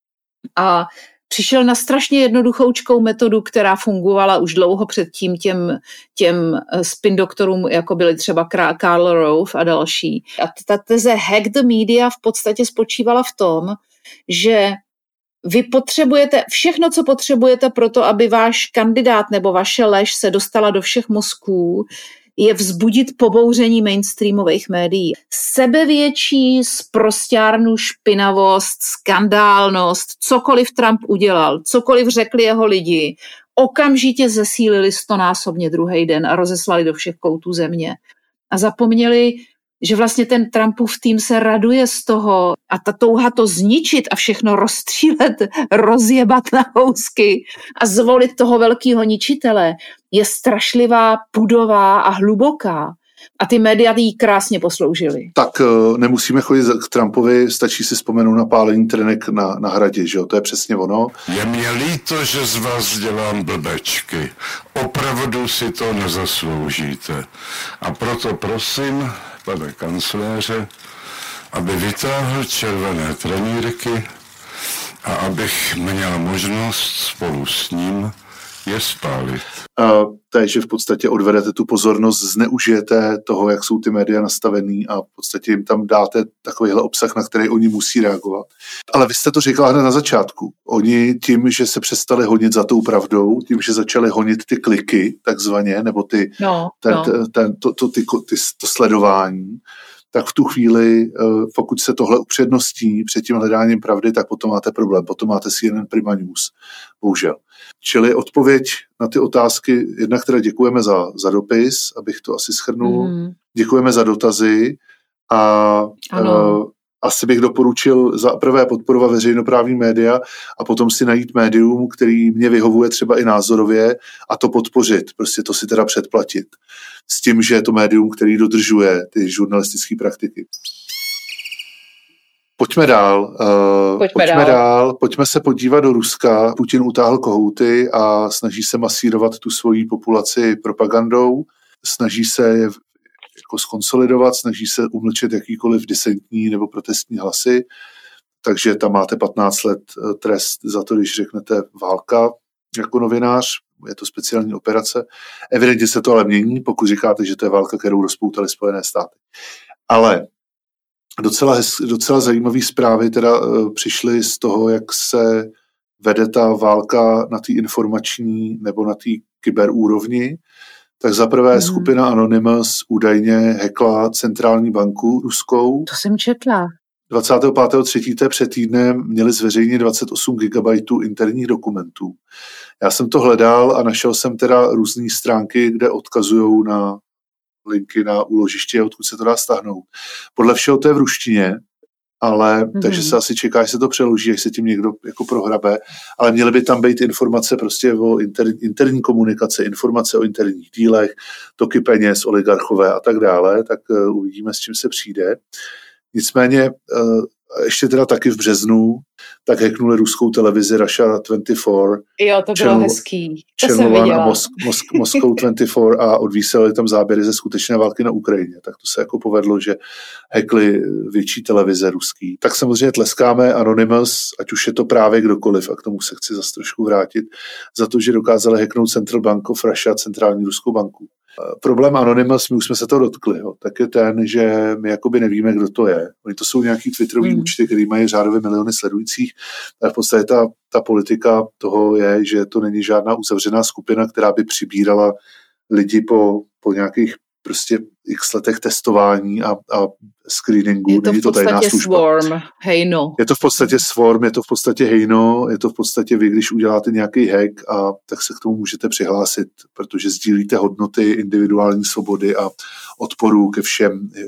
A přišel na strašně jednoduchoučkou metodu, která fungovala už dlouho předtím těm, těm spin doktorům, jako byli třeba Karl Rove a další. A ta teze hack the media v podstatě spočívala v tom, že vy potřebujete všechno, co potřebujete pro to, aby váš kandidát nebo vaše lež se dostala do všech mozků, je vzbudit pobouření mainstreamových médií. Sebevětší, sprosťárnu, špinavost, skandálnost, cokoliv Trump udělal, cokoliv řekli jeho lidi, okamžitě zesílili stonásobně druhý den a rozeslali do všech koutů země. A zapomněli, že vlastně ten Trumpův tým se raduje z toho a ta touha to zničit a všechno rozstřílet, rozjebat na housky a zvolit toho velkého ničitele je strašlivá, pudová a hluboká. A ty média jí krásně posloužily. Tak uh, nemusíme chodit k Trumpovi, stačí si vzpomenout na pálení trenek na, na hradě, že jo? To je přesně ono. Je mě líto, že z vás dělám blbečky. Opravdu si to nezasloužíte. A proto prosím, pane kancléře, aby vytáhl červené trenýrky a abych měl možnost spolu s ním je spálit. Uh, takže v podstatě odvedete tu pozornost, zneužijete toho, jak jsou ty média nastavený a v podstatě jim tam dáte takovýhle obsah, na který oni musí reagovat. Ale vy jste to říkala hned na začátku. Oni tím, že se přestali honit za tou pravdou, tím, že začali honit ty kliky, takzvaně, nebo ty, no, ten, no. Ten, ten, to, to, ty, ty, to sledování, tak v tu chvíli, pokud se tohle upředností před tím hledáním pravdy, tak potom máte problém. Potom máte C N N Prima News. Bohužel. Čili odpověď na ty otázky, jednak teda děkujeme za, za dopis, abych to asi shrnul. Mm. Děkujeme za dotazy a uh, asi bych doporučil za prvé podporovat veřejnoprávní média a potom si najít médium, který mě vyhovuje třeba i názorově a to podpořit. Prostě to si teda předplatit. S tím, že je to médium, který dodržuje ty žurnalistické praktiky. Pojďme dál. Uh, pojďme, pojďme dál. dál. Pojďme se podívat do Ruska. Putin utáhl kohouty a snaží se masírovat tu svoji populaci propagandou. Snaží se je jako skonsolidovat, snaží se umlčet jakýkoliv disentní nebo protestní hlasy. Takže tam máte patnáct let trest za to, když řeknete válka jako novinář. Je to speciální operace. Evidentně se to ale mění, pokud říkáte, že to je válka, kterou rozpoutaly Spojené státy. Ale docela, docela zajímavé zprávy teda uh, přišly z toho, jak se vede ta válka na té informační nebo na té kyberúrovni, tak zaprvé mm. skupina Anonymous údajně hackla centrální banku ruskou. To jsem četla. dvacátého pátého třetího před týdnem měli zveřejnit dvacet osm gigabajtů interních dokumentů. Já jsem to hledal a našel jsem teda různé stránky, kde odkazují na linky na úložiště, odkud se to dá stáhnout. Podle všeho to je v ruštině, ale mm-hmm. takže se asi čeká, že se to přeloží, až se tím někdo jako prohrabe, ale měly by tam být informace prostě o inter, interní komunikace, informace o interních dílech, toky peněz, oligarchové a tak dále, tak uh, uvidíme, s čím se přijde. Nicméně uh, ještě teda taky v březnu, tak hacknuli ruskou televizi Russia dvacet čtyři. Jo, to bylo channel, hezký. To Channel jsem viděla. A Mosk, Mosk, Moscow dvacet čtyři a odvysílali tam záběry ze skutečné války na Ukrajině. Tak to se jako povedlo, že hackli větší televize ruský. Tak samozřejmě tleskáme Anonymous, ať už je to právě kdokoliv, a k tomu se chci zase trošku vrátit, za to, že dokázali hacknout Central Bank of Russia, centrální ruskou banku. Problém Anonymous, my už jsme se to dotkli, jo, tak je ten, že my jakoby nevíme, kdo to je. Oni to jsou nějaký twitterový hmm. účty, který mají řádově miliony sledujících, ale v podstatě ta, ta politika toho je, že to není žádná uzavřená skupina, která by přibírala lidi po, po nějakých prostě x letech testování a, a screeningu. Je to v podstatě swarm, hejno. Je to v podstatě swarm, je to v podstatě hejno, je to v podstatě vy, když uděláte nějaký hack, a tak se k tomu můžete přihlásit, protože sdílíte hodnoty individuální svobody a odporu ke všem e,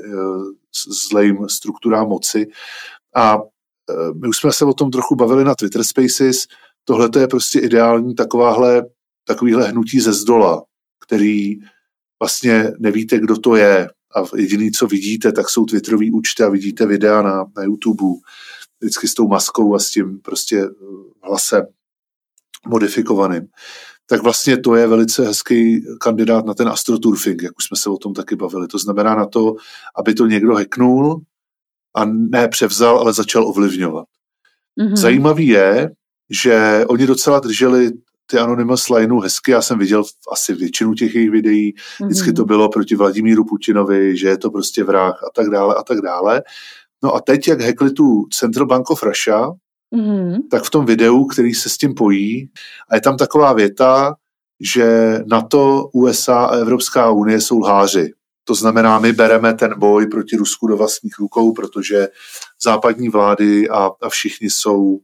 zlým strukturám moci. A e, my už jsme se o tom trochu bavili na Twitter Spaces. Tohle to je prostě ideální takováhle, takovýhle hnutí ze zdola, který vlastně nevíte, kdo to je, a jediný, co vidíte, tak jsou twitterový účty a vidíte videa na, na YouTube, vždycky s tou maskou a s tím prostě hlasem modifikovaným. Tak vlastně to je velice hezký kandidát na ten astroturfing, jak už jsme se o tom taky bavili. To znamená na to, aby to někdo hacknul a ne převzal, ale začal ovlivňovat. Mm-hmm. Zajímavý je, že oni docela drželi ty Anonymous lineu hezky, já jsem viděl asi většinu těch jejich videí, vždycky to bylo proti Vladimíru Putinovi, že je to prostě vrah a tak dále a tak dále. No a teď, jak hackli tu Central Bank of Russia, mm-hmm. tak v tom videu, který se s tím pojí, a je tam taková věta, že NATO, U S A a Evropská unie jsou lháři. To znamená, my bereme ten boj proti Rusku do vlastních rukou, protože západní vlády a, a všichni jsou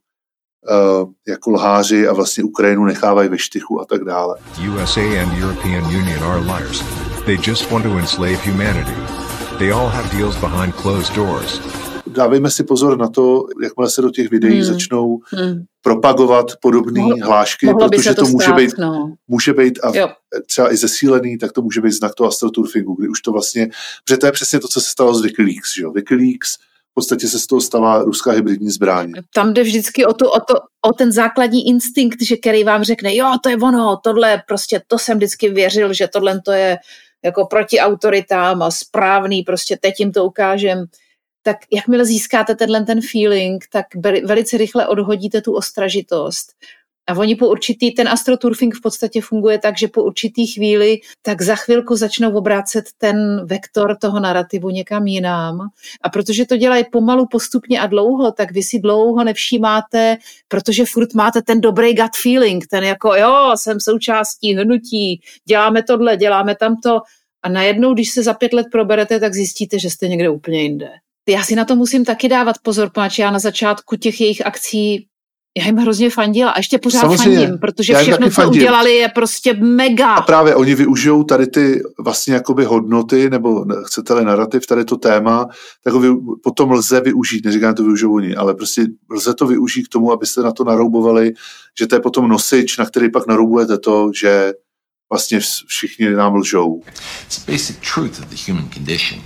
Uh, jako lháři a vlastně Ukrajinu nechávají ve štychu a tak dále. U S A and European Union are liars. They just want to enslave humanity. They all have deals behind closed doors. Dávejme si pozor na to, jakmile se do těch videí hmm. začnou hmm. propagovat podobné hlášky, protože to, to může, stát, být, no. může být a jo. třeba i zesílený, tak to může být znak toho astroturfingu, kdy už to vlastně, protože to je přesně to, co se stalo s Wikileaks, že jo? Wikileaks v podstatě se z toho stala ruská hybridní zbraň. Tam jde vždycky o, tu, o, to, o ten základní instinkt, že který vám řekne, jo, to je ono, tohle, prostě to jsem vždycky věřil, že tohle to je jako proti autoritám a správný, prostě teď jim to ukážem. Tak jakmile získáte tenhle ten feeling, tak velice rychle odhodíte tu ostražitost. A oni po určitý, ten astroturfing v podstatě funguje tak, že po určitý chvíli tak za chvilku začnou obrácet ten vektor toho narrativu někam jinam. A protože to dělají pomalu, postupně a dlouho, tak vy si dlouho nevšímáte, protože furt máte ten dobrý gut feeling, ten jako jo, jsem součástí hnutí, děláme tohle, děláme tamto. A najednou, když se za pět let proberete, tak zjistíte, že jste někde úplně jinde. Já si na to musím taky dávat pozor, protože já na začátku těch jejich akcí já jim hrozně fandila a ještě pořád samozřejmě, fandím, protože všechno, co fandím. udělali, je prostě mega. A právě oni využijou tady ty vlastně jakoby hodnoty, nebo chcete-li narrativ, tady to téma, tak ho potom lze využít, neříkám, to využijou oni, ale prostě lze to využít k tomu, abyste na to naroubovali, že to je potom nosič, na který pak naroubujete to, že vlastně všichni nám lžou. It's the basic truth of the human condition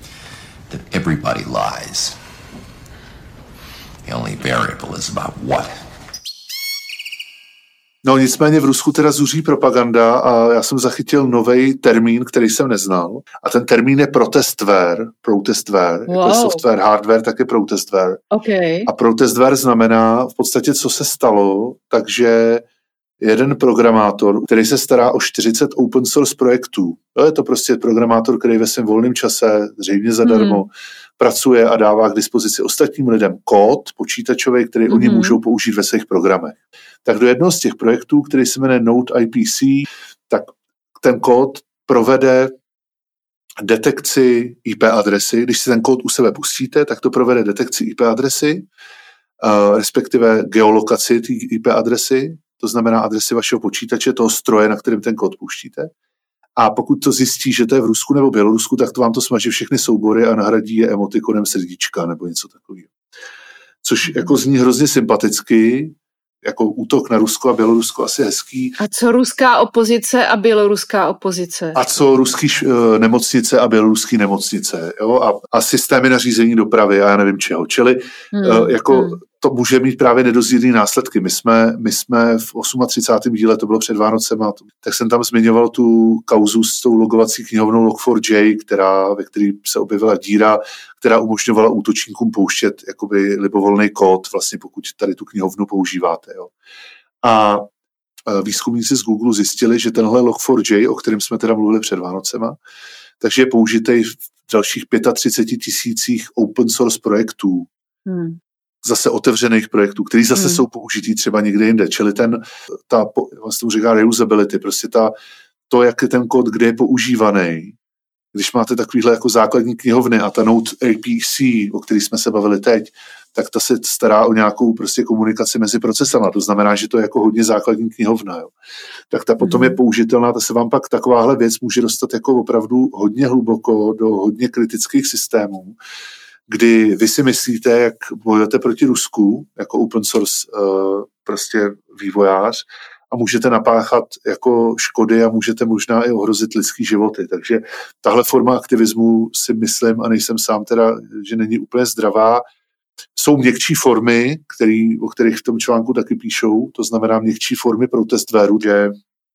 that everybody lies. The only variable is about what. No nicméně v Rusku teda zuří propaganda a já jsem zachytil novej termín, který jsem neznal. A ten termín je protestware. Protestware. Wow. Jako software, hardware, tak je protestware. Okay. A protestware znamená v podstatě, co se stalo, takže jeden programátor, který se stará o čtyřicet open source projektů. To je to prostě programátor, který ve svém volném čase, zřejmě zadarmo, hmm. pracuje a dává k dispozici ostatním lidem kód počítačový, který mm-hmm. oni můžou použít ve svých programech. Tak do jednoho z těch projektů, který se jmenuje Node I P C, tak ten kód provede detekci I P adresy. Když si ten kód u sebe pustíte, tak to provede detekci I P adresy, uh, respektive geolokaci té I P adresy, to znamená adresy vašeho počítače, toho stroje, na kterém ten kód pouštíte. A pokud to zjistí, že to je v Rusku nebo Bělorusku, tak to vám to smaže všechny soubory a nahradí je emotikonem srdíčka nebo něco takového. Což jako zní hrozně sympaticky, jako útok na Rusko a Bělorusko asi hezký. A co ruská opozice a běloruská opozice? A co ruský uh, nemocnice a běloruský nemocnice, jo? A, a systémy nařízení dopravy a já nevím čeho. Čili hmm. uh, jako hmm. to může mít právě nedozírný následky. My jsme, my jsme v třicátém osmém díle, to bylo před Vánocema, tak jsem tam zmiňoval tu kauzu s tou logovací knihovnou log four j, která, ve které se objevila díra, která umožňovala útočníkům pouštět jakoby libovolný kód, vlastně pokud tady tu knihovnu používáte. Jo. A výzkumníci z Google zjistili, že tenhle log four j, o kterém jsme teda mluvili před Vánocema, takže je použitej v dalších třiceti pěti tisících open source projektů, hmm. zase otevřených projektů, který zase hmm. jsou použitý třeba někde jinde. Čili ten, ta, vlastně říká reusability, prostě ta, to, jak je ten kód, kde je používaný, když máte takovýhle jako základní knihovny a ta Node I P C, o který jsme se bavili teď, tak ta se stará o nějakou prostě komunikaci mezi procesama. To znamená, že to je jako hodně základní knihovna. Jo. Tak ta potom mm. je použitelná, ta se vám pak takováhle věc může dostat jako opravdu hodně hluboko do hodně kritických systémů, kdy vy si myslíte, jak bojujete proti Rusku, jako open source uh, prostě vývojář, a můžete napáchat jako škody a můžete možná i ohrozit lidský životy. Takže tahle forma aktivismu si myslím, a nejsem sám teda, že není úplně zdravá. Jsou měkčí formy, který, o kterých v tom článku taky píšou, to znamená měkčí formy protestvéru, že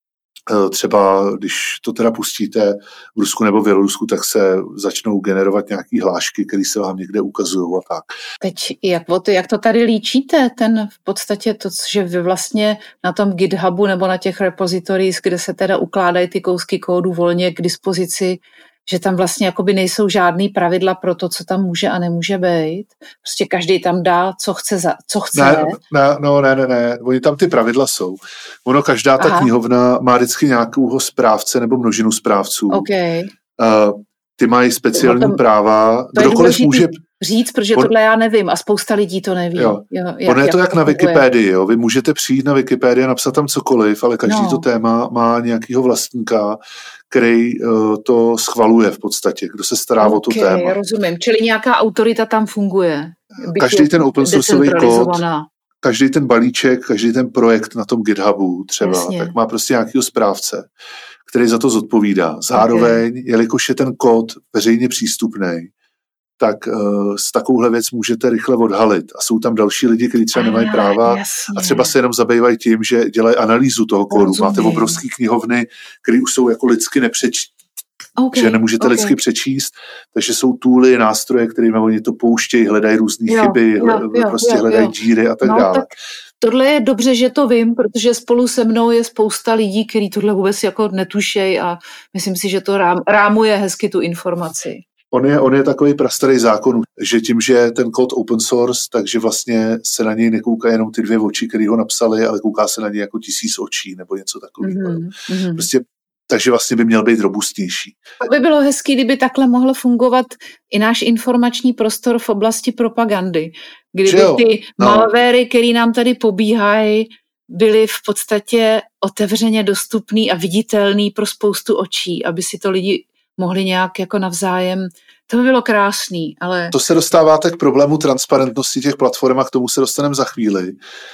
třeba, když to teda pustíte v Rusku nebo v Bělorusku, tak se začnou generovat nějaký hlášky, které se vám někde ukazují a tak. Teď jak, jak to tady líčíte, ten v podstatě to, že vy vlastně na tom GitHubu nebo na těch repositories, kde se teda ukládají ty kousky kódu volně k dispozici, že tam vlastně jakoby nejsou žádný pravidla pro to, co tam může a nemůže být. Prostě každý tam dá, co chce. Za, co chce. Ne, ne, no, ne, ne, ne. Oni tam ty pravidla jsou. Ono, každá ta Aha. knihovna má vždycky nějakého správce nebo množinu správců. Okay. Uh, ty mají speciální tom, práva. Kdokoliv může říct, protože on, tohle já nevím a spousta lidí to neví. Jo. Jo, jak, ono je to jak, jak na Wikipedii. Jo. Vy můžete přijít na Wikipedii a napsat tam cokoliv, ale každý no. to téma má nějakého vlastníka, který uh, to schvaluje v podstatě, kdo se stará okay, o to téma. Rozumím, čili nějaká autorita tam funguje. Každý ten open sourceový kód, každý ten balíček, každý ten projekt na tom GitHubu třeba, Jasně. tak má prostě nějakého správce, který za to zodpovídá. Zároveň, okay. jelikož je ten kód veřejně přístupný, tak uh, s takovouhle věc můžete rychle odhalit. A jsou tam další lidi, kteří třeba nemají ah, práva jasně. a třeba se jenom zabývají tím, že dělají analýzu toho kódu. Rozumím. Máte obrovské knihovny, které už jsou jako lidsky nepřečíst, okay, že nemůžete okay. lidsky přečíst, takže jsou tooly, nástroje, kterými oni to pouštějí, hledají různé chyby, jo, hle, jo, prostě jo, hledají jo. díry a tak no, dále. Tak tohle je dobře, že to vím, protože spolu se mnou je spousta lidí, kteří tohle vůbec jako netušejí a myslím si, že to rám, rámuje hezky tu informaci. On je, on je takový prastarý zákon, že tím, že je ten kód open source, takže vlastně se na něj nekouká jenom ty dvě oči, které ho napsali, ale kouká se na něj jako tisíc očí nebo něco takového. Mm-hmm. Prostě, takže vlastně by měl být robustnější. To by bylo hezký, kdyby takhle mohl fungovat i náš informační prostor v oblasti propagandy. Kdyby ty no. malvéry, které nám tady pobíhají, byly v podstatě otevřeně dostupný a viditelný pro spoustu očí, aby si to lidi mohli nějak jako navzájem, to by bylo krásný, ale... To se dostáváte k problému transparentnosti těch platform a k tomu se dostaneme za chvíli,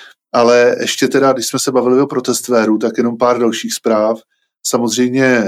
ale ještě teda, když jsme se bavili o protestvéru, tak jenom pár dalších zpráv. Samozřejmě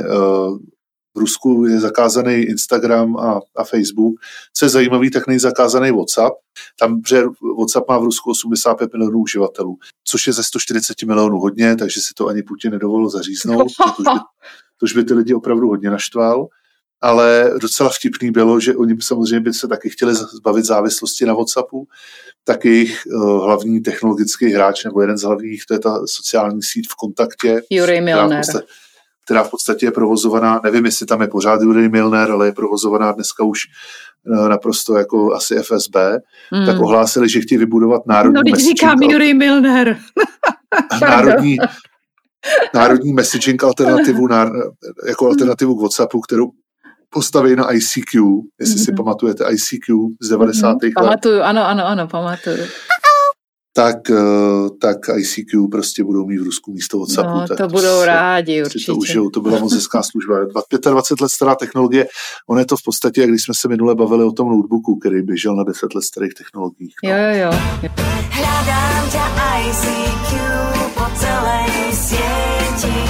v Rusku je zakázaný Instagram a, a Facebook. Co je zajímavý, tak není zakázaný WhatsApp. Tam, že WhatsApp má v Rusku osmdesát pět milionů uživatelů, což je ze sto čtyřicet milionů hodně, takže si to ani Putin nedovolil zaříznout. To už by, to už by ty lidi opravdu hodně naštval. Ale docela vtipný bylo, že oni samozřejmě by se taky chtěli zbavit závislosti na WhatsAppu, tak jejich uh, hlavní technologický hráč, nebo jeden z hlavních, to je ta sociální síť V Kontaktě, Jurij Milner, která, která v podstatě je provozovaná, nevím, jestli tam je pořád Yuri Milner, ale je provozovaná dneska už naprosto jako asi F S B, mm. tak ohlásili, že chtějí vybudovat národní no, messaging. říkám Yuri Milner. národní, národní messaging alternativu, jako alternativu k WhatsAppu, kterou postaví na I C Q, jestli mm-hmm. si pamatujete I C Q z devadesátých mm-hmm. let. Pamatuju, ano, ano, ano, pamatuju. Tak, tak I C Q prostě budou mít v Rusku místo WhatsAppu. No, tak to budou rádi určitě. To užijou, to byla moc hezká služba. dvacet pět let stará technologie, ono je to v podstatě, jak když jsme se minule bavili o tom notebooku, který běžel na deset let starých technologiích. No. Jo, jo, jo. Hľadám ťa I C Q po celej sieti.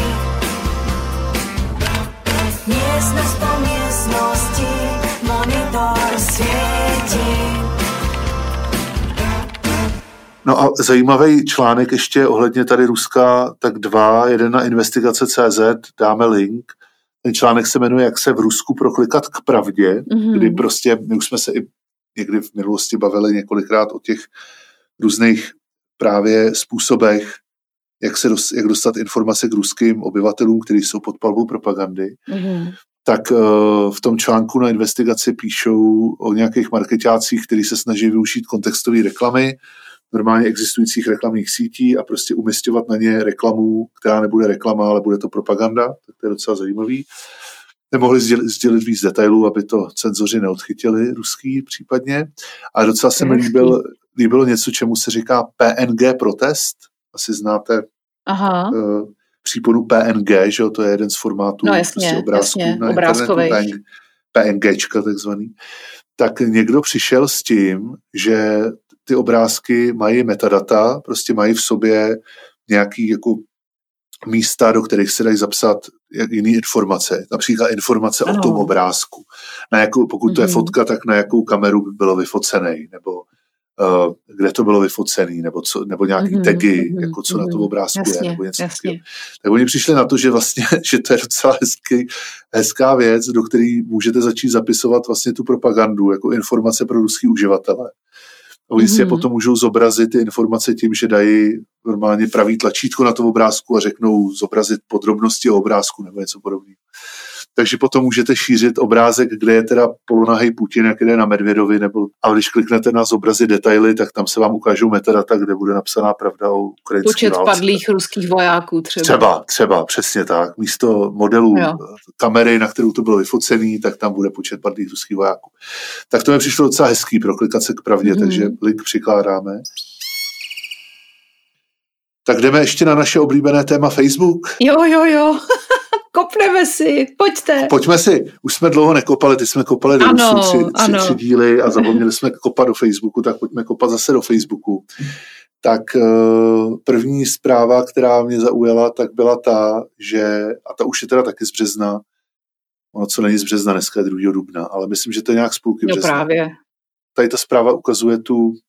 Miestnosť po miestnosti monitor svieti. No a zajímavý článek ještě ohledně tady Ruska, tak dva, jeden na investigace tečka cé zet, dáme link. Ten článek se jmenuje Jak se v Rusku proklikat k pravdě, mm-hmm. kdy prostě, my už jsme se i někdy v minulosti bavili několikrát o těch různých právě způsobech, jak, se dost, jak dostat informace k ruským obyvatelům, kteří jsou pod palbou propagandy. Mm-hmm. Tak uh, v tom článku na investigaci píšou o nějakých marketácích, kteří se snaží využít kontextové reklamy, normálně existujících reklamních sítí a prostě umisťovat na ně reklamu, která nebude reklama, ale bude to propaganda, tak to je docela zajímavý. Nemohli sdělit, sdělit víc detailů, aby to cenzoři neodchytili ruský případně. A docela se mi líbil, líbilo něco, čemu se říká P N G protest. Asi znáte Aha. Uh, příponu P N G, že jo, to je jeden z formátů no, jasně, prostě obrázků jasně, na internetu, PNGčka takzvaný. Tak někdo přišel s tím, že ty obrázky mají metadata, prostě mají v sobě nějaký jako místa, do kterých se dají zapsat jiné informace. Například informace ano. o tom obrázku. Na jakou, pokud to je fotka, tak na jakou kameru by bylo vyfocený, nebo uh, kde to bylo vyfocený, nebo, co, nebo nějaký mm-hmm, tagy, mm-hmm, jako co mm-hmm. na tom obrázku jasně, je, nebo něco takového. Tak oni přišli na to, že vlastně, že to je docela hezký, hezká věc, do které můžete začít zapisovat vlastně tu propagandu, jako informace pro ruský uživatele. Oni mm-hmm. si je potom můžou zobrazit ty informace tím, že dají normálně pravý tlačítko na tom obrázku a řeknou zobrazit podrobnosti o obrázku nebo něco podobného. Takže potom můžete šířit obrázek, kde je teda polonahej Putin, jak jde na Medvědovi, nebo a když kliknete na zobrazit detaily, tak tam se vám ukážou metadata, kde bude napsaná pravda o ukrajinském Počet válce. Padlých ruských vojáků třeba. Třeba, třeba, přesně tak. Místo modelu jo. kamery, na kterou to bylo vyfocený, tak tam bude počet padlých ruských vojáků. Tak to mi přišlo docela hezký pro klikace k pravdě, mm. takže link přikládáme. Tak jdeme ještě na naše oblíbené téma Facebook. Jo, jo, jo. Kopneme si, pojďte. Pojďme si, už jsme dlouho nekopali, ty jsme kopali do ano, tři, tři, tři díly a zapomněli jsme kopat do Facebooku, tak pojďme kopat zase do Facebooku. Tak první zpráva, která mě zaujala, tak byla ta, že, a ta už je teda taky z března, ono co není z března, dneska je druhého dubna, ale myslím, že to je nějak z půlky března. No právě. Tady ta zpráva ukazuje tu uh,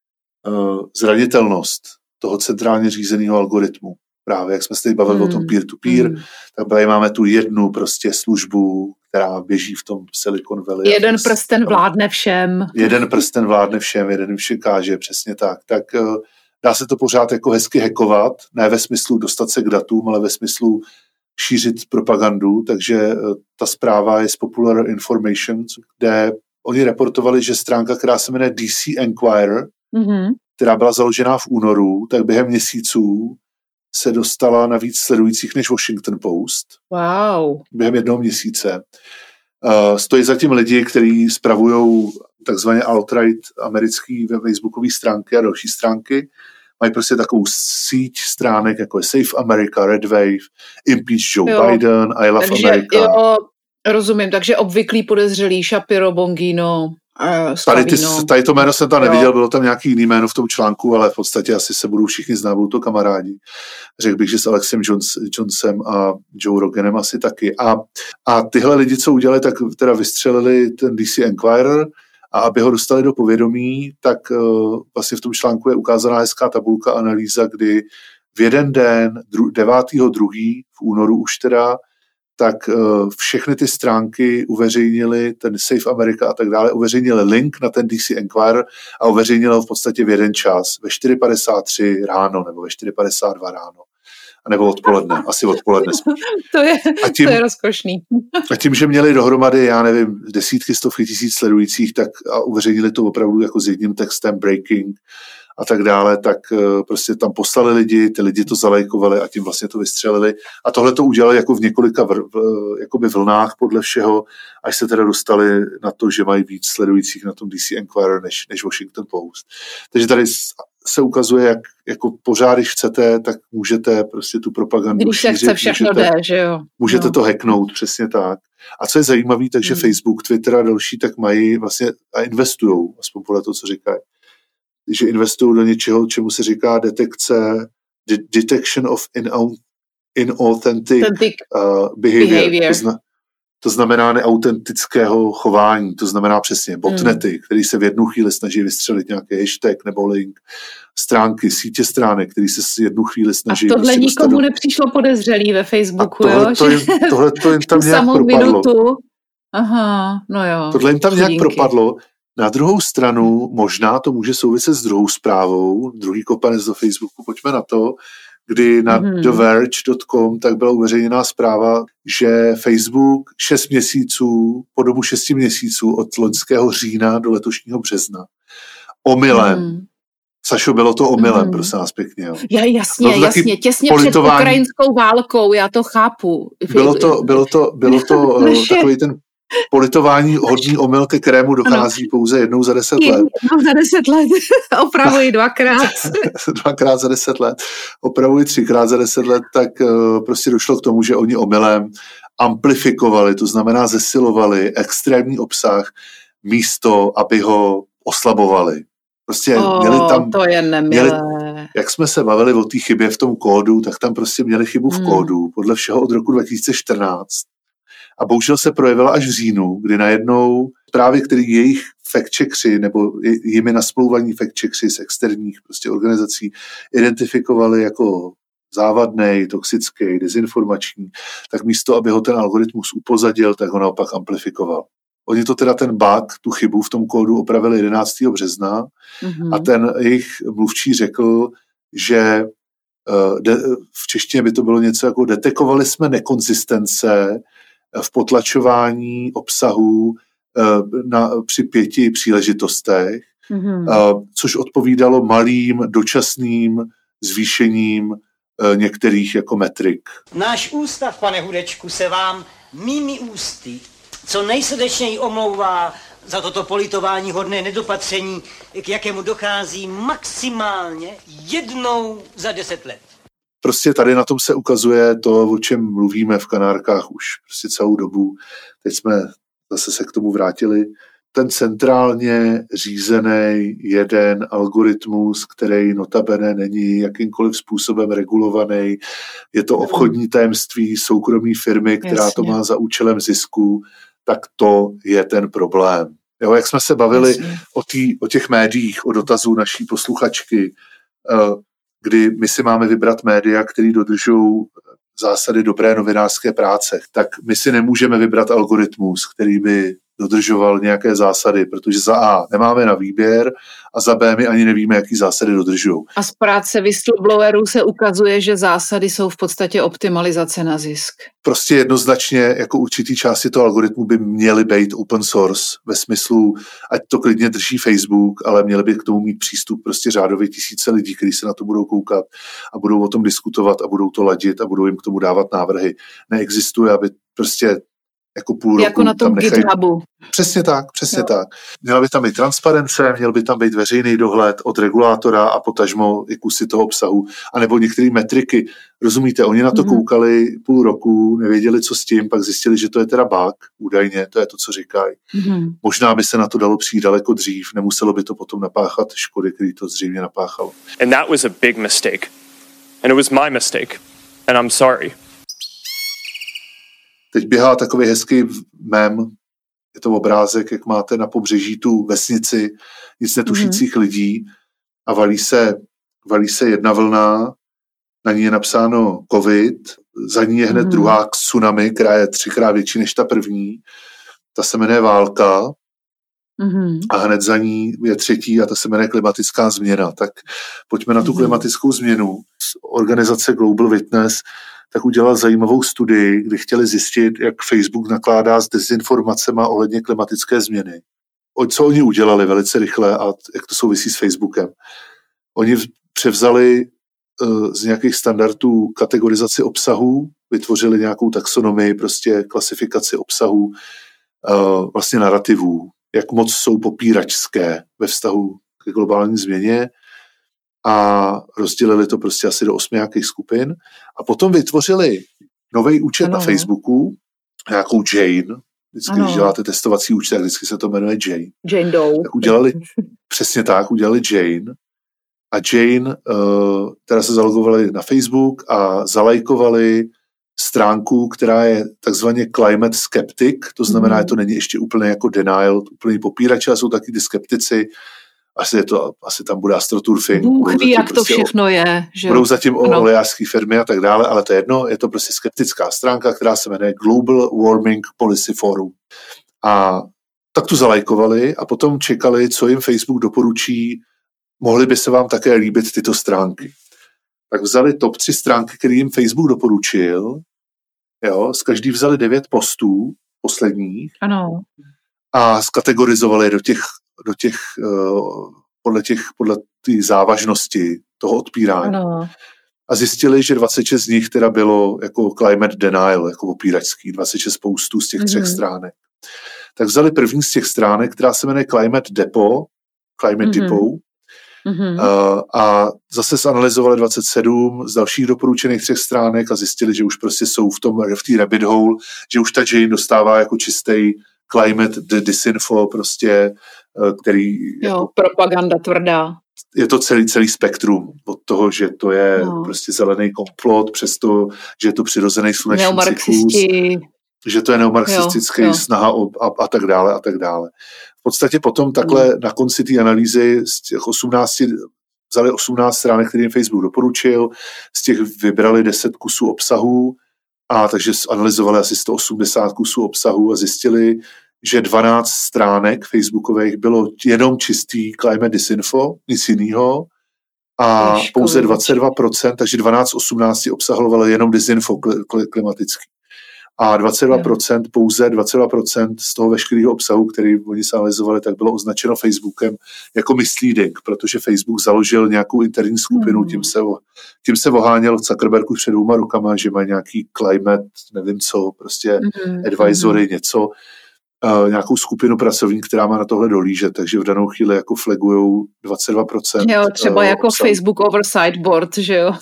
zranitelnost toho centrálně řízeného algoritmu. Právě, jak jsme se tady bavili hmm. o tom peer-to-peer, hmm. tak tady máme tu jednu prostě službu, která běží v tom Silicon Valley. Jeden prsten vládne všem. Jeden prsten vládne všem, jeden všem káže, přesně tak. Tak uh, dá se to pořád jako hezky hackovat, ne ve smyslu dostat se k datům, ale ve smyslu šířit propagandu, takže uh, ta zpráva je z Popular Information, kde oni reportovali, že stránka, která se jmenuje D C Enquirer, mm-hmm. která byla založená v únoru, tak během měsíců se dostala na víc sledujících než Washington Post. Wow. Během jednoho měsíce. Uh, stojí zatím lidi, kteří spravují takzvaně alt-right americký facebookové stránky a další stránky. Mají prostě takovou síť stránek, jako je Save America, Red Wave, Impeach Joe jo. Biden, I Love takže, America. Jo, rozumím, takže obvyklý podezřelý Shapiro, Bongino, Tady, ty, tady to jméno jsem tam neviděl, jo. Bylo tam nějaký jiný jméno v tom článku, ale v podstatě asi se budou všichni znát, budou to kamarádi. Řekl bych, že s Alexem Jones, Jonesem a Joe Roganem asi taky. A, a tyhle lidi, co udělali, tak teda vystřelili ten D C Enquirer a aby ho dostali do povědomí, tak uh, vlastně v tom článku je ukázaná hezká tabulka, analýza, kdy v jeden den, devátého druhého v únoru už teda, tak uh, všechny ty stránky uveřejnili, ten Save America a tak dále, uveřejnili link na ten D C Enquirer a uveřejnili ho v podstatě v jeden čas, ve čtyři padesát tři ráno nebo ve čtyři padesát dva ráno. A nebo odpoledne, asi odpoledne spíš. To je, a tím, to je rozkošný. A tím, že měli dohromady, já nevím, desítky, stovky tisíc sledujících, tak a uveřejnili to opravdu jako s jedním textem, breaking a tak dále, tak prostě tam poslali lidi, ty lidi to zalajkovali a tím vlastně to vystřelili. A tohle to udělali jako v několika vr, jakoby vlnách podle všeho, až se teda dostali na to, že mají víc sledujících na tom D C Enquirer než, než Washington Post. Takže tady se ukazuje, jak jako pořád, když chcete, tak můžete prostě tu propagandu když šířit. Když se všechno můžete, jde, že jo. Můžete no. to hacknout, přesně tak. A co je zajímavé, takže hmm. Facebook, Twitter a další, tak mají vlastně a investujou, aspoň podle toho, co říkají, že investují do něčeho, čemu se říká detekce, de- detection of inauthentic uh, behavior. behavior. To, zna, to znamená neautentického chování, to znamená přesně botnety, hmm. který se v jednu chvíli snaží vystřelit nějaký hashtag nebo link, stránky, sítě stránek, který se v jednu chvíli snaží... A tohle prostě nikomu dostat... nepřišlo podezřelý ve Facebooku, tohle, jo? To jim, tohle to jim tam nějak samou propadlo. Minutu. Aha, no jo. Tohle jim tam Chudinky. nějak propadlo. Na druhou stranu, možná to může souviset s druhou zprávou, druhý kopanec do Facebooku, pojďme na to, kdy na mm-hmm. the verge tečka com tak byla uveřejněná zpráva, že Facebook šest měsíců, po dobu šesti měsíců od loňského října do letošního března, omylem, mm. Sašo, bylo to omylem, mm. prosím nás pěkně. Jo. Ja, jasně, jasně, těsně před ukrajinskou válkou, já to chápu. Bylo to, bylo to, bylo to Naše... takový ten politování hodný omyl, ke kterému dochází ano. pouze jednou za deset let. Jednou za deset let, opravuji dvakrát. dvakrát za deset let, opravuji třikrát za deset let, tak uh, prostě došlo k tomu, že oni omylem amplifikovali, to znamená zesilovali extrémní obsah místo, aby ho oslabovali. Prostě oh, měli tam... to je nemilé. Měli, jak jsme se bavili o té chybě v tom kódu, tak tam prostě měli chybu v hmm. kódu, podle všeho od roku dva tisíce čtrnáct. A bohužel se projevila až v říjnu, kdy najednou zprávy, které jejich fact-checkři nebo jimi nasmlouvaní fact-checkři z externích prostě organizací identifikovali jako závadnej, toxický, dezinformační, tak místo, aby ho ten algoritmus upozadil, tak ho naopak amplifikoval. Oni to teda ten bug, tu chybu v tom kódu opravili jedenáctého března mm-hmm. a ten jejich mluvčí řekl, že de, v češtině by to bylo něco jako detekovali jsme nekonzistence v potlačování obsahu na, při pěti příležitostech, mm-hmm. což odpovídalo malým dočasným zvýšením některých jako metrik. Náš ústav, pane Hudečku, se vám mými ústy co nejsrdečněji omlouvá za toto politování hodné nedopatření, k jakému dochází maximálně jednou za deset let. Prostě tady na tom se ukazuje to, o čem mluvíme v Kanárkách už prostě celou dobu. Teď jsme zase se k tomu vrátili. Ten centrálně řízený jeden algoritmus, který notabene není jakýmkoliv způsobem regulovaný. Je to obchodní tajemství soukromé firmy, která Jasně. to má za účelem zisku, tak to je ten problém. Jo, jak jsme se bavili o, tý, o těch médiích, o dotazu naší posluchačky, kdy my si máme vybrat média, které dodržují zásady dobré novinářské práce, tak my si nemůžeme vybrat algoritmus, který by dodržoval nějaké zásady, protože za A nemáme na výběr a za B my ani nevíme, jaký zásady dodržují. A z práce whistleblowerů se ukazuje, že zásady jsou v podstatě optimalizace na zisk. Prostě jednoznačně jako určitý části toho algoritmu by měly být open source ve smyslu, ať to klidně drží Facebook, ale měli by k tomu mít přístup prostě řádově tisíce lidí, kteří se na to budou koukat a budou o tom diskutovat a budou to ladit a budou jim k tomu dávat návrhy. Neexistuje, aby prostě jako půl roku jako na tom nechají... GitHubu. Přesně tak, přesně jo. tak. Měla by tam být transparence, měl by tam být veřejný dohled od regulátora a potažmo i kusy toho obsahu, anebo některé metriky. Rozumíte, oni na to mm-hmm. koukali půl roku, nevěděli, co s tím, pak zjistili, že to je teda bug, údajně, to je to, co říkají. Mm-hmm. Možná by se na to dalo přijít daleko dřív, nemuselo by to potom napáchat škody, který to zřejmě napáchalo. And that was a big mistake. And it was my mistake. And I'm sorry. Teď běhá takový hezký mem, je to obrázek, jak máte na pobřeží tu vesnici nic netušících mm-hmm. lidí a valí se, valí se jedna vlna, na ní je napsáno covid, za ní je hned mm-hmm. druhá tsunami, která je třikrát větší než ta první, ta se jmenuje válka mm-hmm. a hned za ní je třetí a ta se jmenuje klimatická změna. Tak pojďme na tu mm-hmm. klimatickou změnu. organizace Global Witness, tak udělala zajímavou studii, kdy chtěli zjistit, jak Facebook nakládá s dezinformacemi ohledně klimatické změny. O co oni udělali velice rychle a jak to souvisí s Facebookem. Oni převzali uh, z nějakých standardů kategorizaci obsahu, vytvořili nějakou taxonomii, prostě klasifikaci obsahu, uh, vlastně narrativů, jak moc jsou popíračské ve vztahu k globální změně a rozdělili to prostě asi do osmi nějakých skupin a potom vytvořili nový účet ano. na Facebooku, nějakou Jane, vždycky, ano. když děláte testovací účet, tak vždycky se to jmenuje Jane. Jane Doe. Tak udělali, přesně tak, udělali Jane a Jane uh, teda se zalogovali na Facebook a zalajkovali stránku, která je takzvaně climate skeptic, to znamená, mm. že to není ještě úplně jako denial, úplný popírač, ale jsou taky ty skeptici. Asi, je to, asi tam bude astroturfing. Bůh ví, jak prostě to všechno o, je. Že? Budou zatím o olejářské firmy a tak dále, ale to je jedno, je to prostě skeptická stránka, která se jmenuje Global Warming Policy Forum. A tak tu zalajkovali a potom čekali, co jim Facebook doporučí. Mohly by se vám také líbit tyto stránky. Tak vzali top tři stránky, které jim Facebook doporučil. Jo, z každý vzali devět postů posledních. Ano. A skategorizovali do těch do těch, uh, podle těch, podle té závažnosti toho odpírání. Ano. A zjistili, že dvacet šest z nich teda bylo jako climate denial, jako opíračský, dvacet šest postů z těch mm-hmm. třech stránek. Tak vzali první z těch stránek, která se jmenuje Climate Depot, Climate mm-hmm. Depot, mm-hmm. Uh, a zase zanalyzovali dvacet sedm z dalších doporučených třech stránek a zjistili, že už prostě jsou v tom, v té rabbit hole, že už ta Jane dostává jako čistý climate disinfo, prostě který... Jo, jako, propaganda tvrdá. Je to celý, celý spektrum od toho, že to je no. prostě zelený komplot, přesto, že je to přirozený sluneční cyklus, že to je neomarxistický snaha o, a, a tak dále a tak dále. V podstatě potom takhle no. na konci té analýzy z těch osmnácti vzali osmnáct stránek, který jim Facebook doporučil, z těch vybrali deset kusů obsahu a takže analyzovali asi sto osmdesát kusů obsahu a zjistili, že dvanáct stránek facebookových bylo jenom čistý climate disinfo, nic jiného, a Ježko, pouze dvacet dva procent, takže dvanáct z osmnácti obsahovalo jenom disinfo klimatický. A dvacet dva procent, pouze dvacet dva procent z toho veškerého obsahu, který oni se analyzovali, tak bylo označeno Facebookem jako misleading, protože Facebook založil nějakou interní skupinu, hmm. tím, se, tím se oháněl Zuckerbergu před dvouma rukama, že má nějaký climate, nevím co, prostě hmm. advisory, hmm. něco, Uh, nějakou skupinu pracovník, která má na tohle dolížet, takže v danou chvíli jako flagujou dvacet dva procent. Jo, třeba uh, jako obsahu. Facebook Oversight Board, že jo?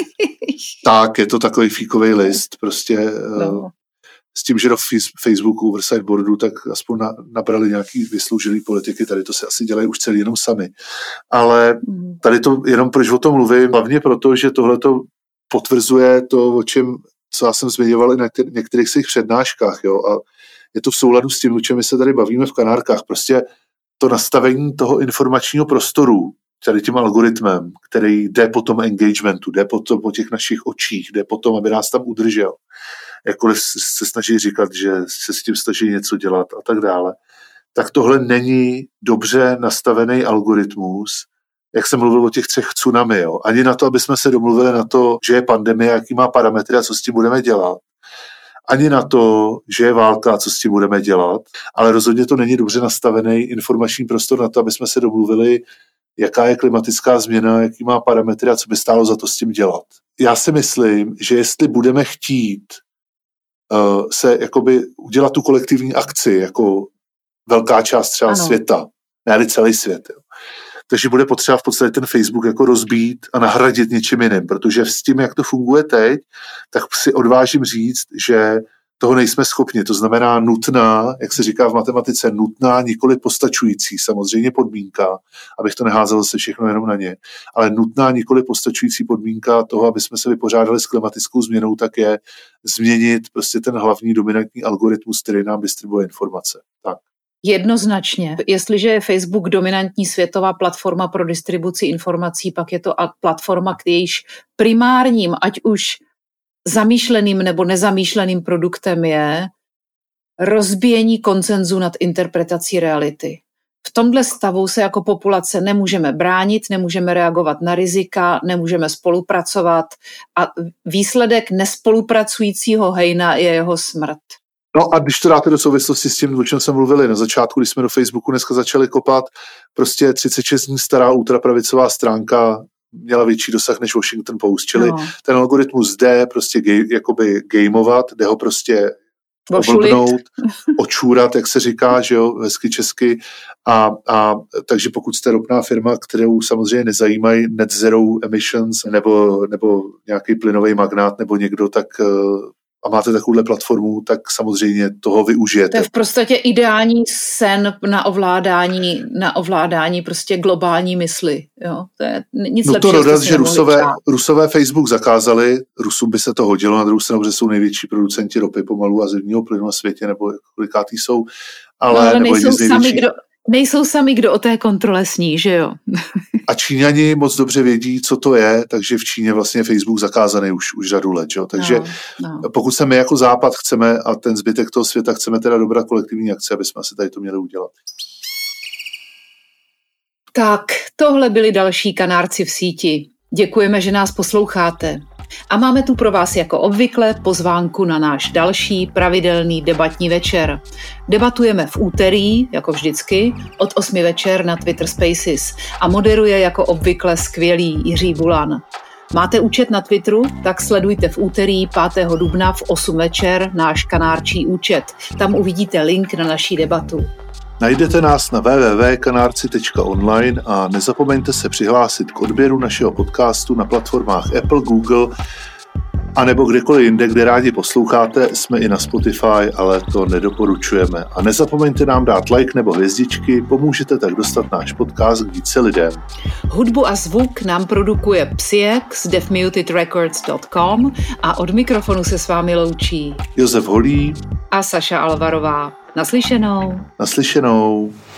Tak, je to takový fíkový list, prostě no. uh, s tím, že do Facebooku Oversight Boardu tak aspoň na, nabrali nějaký vysloužilý politiky, tady to se asi dělají už celý jenom sami. Ale mm. tady to jenom proč o tom mluvím, hlavně proto, že tohle to potvrzuje to, o čem, co já jsem zmiňoval i na některých svých přednáškách, jo, a je to v souladu s tím, o čem my se tady bavíme v Kanárkách. Prostě to nastavení toho informačního prostoru, tady tím algoritmem, který jde po tom engagementu, jde po, tom, po těch našich očích, jde po tom, aby nás tam udržel. Jakkoliv se snaží říkat, že se s tím snaží něco dělat a tak dále. Tak tohle není dobře nastavený algoritmus, jak jsem mluvil o těch třech tsunami. Jo. Ani na to, aby jsme se domluvili na to, že je pandemie, jaký má parametry a co s tím budeme dělat. Ani na to, že je válka a co s tím budeme dělat, ale rozhodně to není dobře nastavený informační prostor na to, aby jsme se domluvili, jaká je klimatická změna, jaký má parametry a co by stálo za to s tím dělat. Já si myslím, že jestli budeme chtít uh, se jakoby udělat tu kolektivní akci jako velká část třeba ano. světa, ne celý svět, jo. Takže bude potřeba v podstatě ten Facebook jako rozbít a nahradit něčím jiným, protože s tím, jak to funguje teď, tak si odvážím říct, že toho nejsme schopni. To znamená nutná, jak se říká v matematice, nutná, nikoli postačující, samozřejmě podmínka, abych to neházel se všechno jenom na ně, ale nutná, nikoli postačující podmínka toho, aby jsme se vypořádali s klimatickou změnou, tak je změnit prostě ten hlavní dominantní algoritmus, který nám distribuje informace. Tak. Jednoznačně. Jestliže je Facebook dominantní světová platforma pro distribuci informací, pak je to platforma, jejíž primárním, ať už zamýšleným nebo nezamýšleným produktem je rozbíjení konsenzu nad interpretací reality. v tomhle stavu se jako populace nemůžeme bránit, nemůžeme reagovat na rizika, nemůžeme spolupracovat a výsledek nespolupracujícího hejna je jeho smrt. No a když to dáte do souvislosti s tím, o čem jsme mluvili na začátku, když jsme do Facebooku dneska začali kopat, prostě třicet šest dní stará ultrapravicová stránka měla větší dosah než Washington Post, čili no. ten algoritmus jde prostě gej, jakoby gameovat, jde ho prostě oblbnout, očůrat, jak se říká, že jo, hezky česky. A, a takže pokud jste ropná firma, kterou samozřejmě nezajímají net zero emissions nebo, nebo nějaký plynový magnát nebo někdo, tak a máte takovouhle platformu, tak samozřejmě toho využijete. To je v podstatě ideální sen na ovládání, na ovládání prostě globální mysli. Jo? To je nic no lepšího. To dodat, že Rusové, Rusové Facebook zakázali, Rusům by se to hodilo, na druhou stranu, že jsou největší producenti ropy pomalu a zemního plynu na světě, nebo kolikátý jsou, ale, no, ale nebo nejsou sami, kdo, nejsou sami, kdo o té kontrole sní, že jo? A Číňani moc dobře vědí, co to je, takže v Číně vlastně Facebook zakázaný už, už řadu let, jo? Takže no, no. pokud se my jako Západ chceme a ten zbytek toho světa chceme teda dobrat kolektivní akce, aby jsme si tady to měli udělat. Tak, tohle byli další kanárci v síti. Děkujeme, že nás posloucháte. A máme tu pro vás jako obvykle pozvánku na náš další pravidelný debatní večer. Debatujeme v úterý, jako vždycky, od osmi večer na Twitter Spaces a moderuje jako obvykle skvělý Jiří Bulan. Máte účet na Twitteru? Tak sledujte v úterý pátého dubna v osm večer náš kanárčí účet. Tam uvidíte link na naší debatu. Najdete nás na w w w tečka kanárci tečka online a nezapomeňte se přihlásit k odběru našeho podcastu na platformách Apple, Google a nebo kdekoliv jinde, kde rádi posloucháte. Jsme i na Spotify, ale to nedoporučujeme. A nezapomeňte nám dát like nebo hvězdičky, pomůžete tak dostat náš podcast k více lidem. Hudbu a zvuk nám produkuje Psiek z deaf muted records tečka com a od mikrofonu se s vámi loučí Josef Holý a Saša Alvarová. Naslyšenou. Naslyšenou.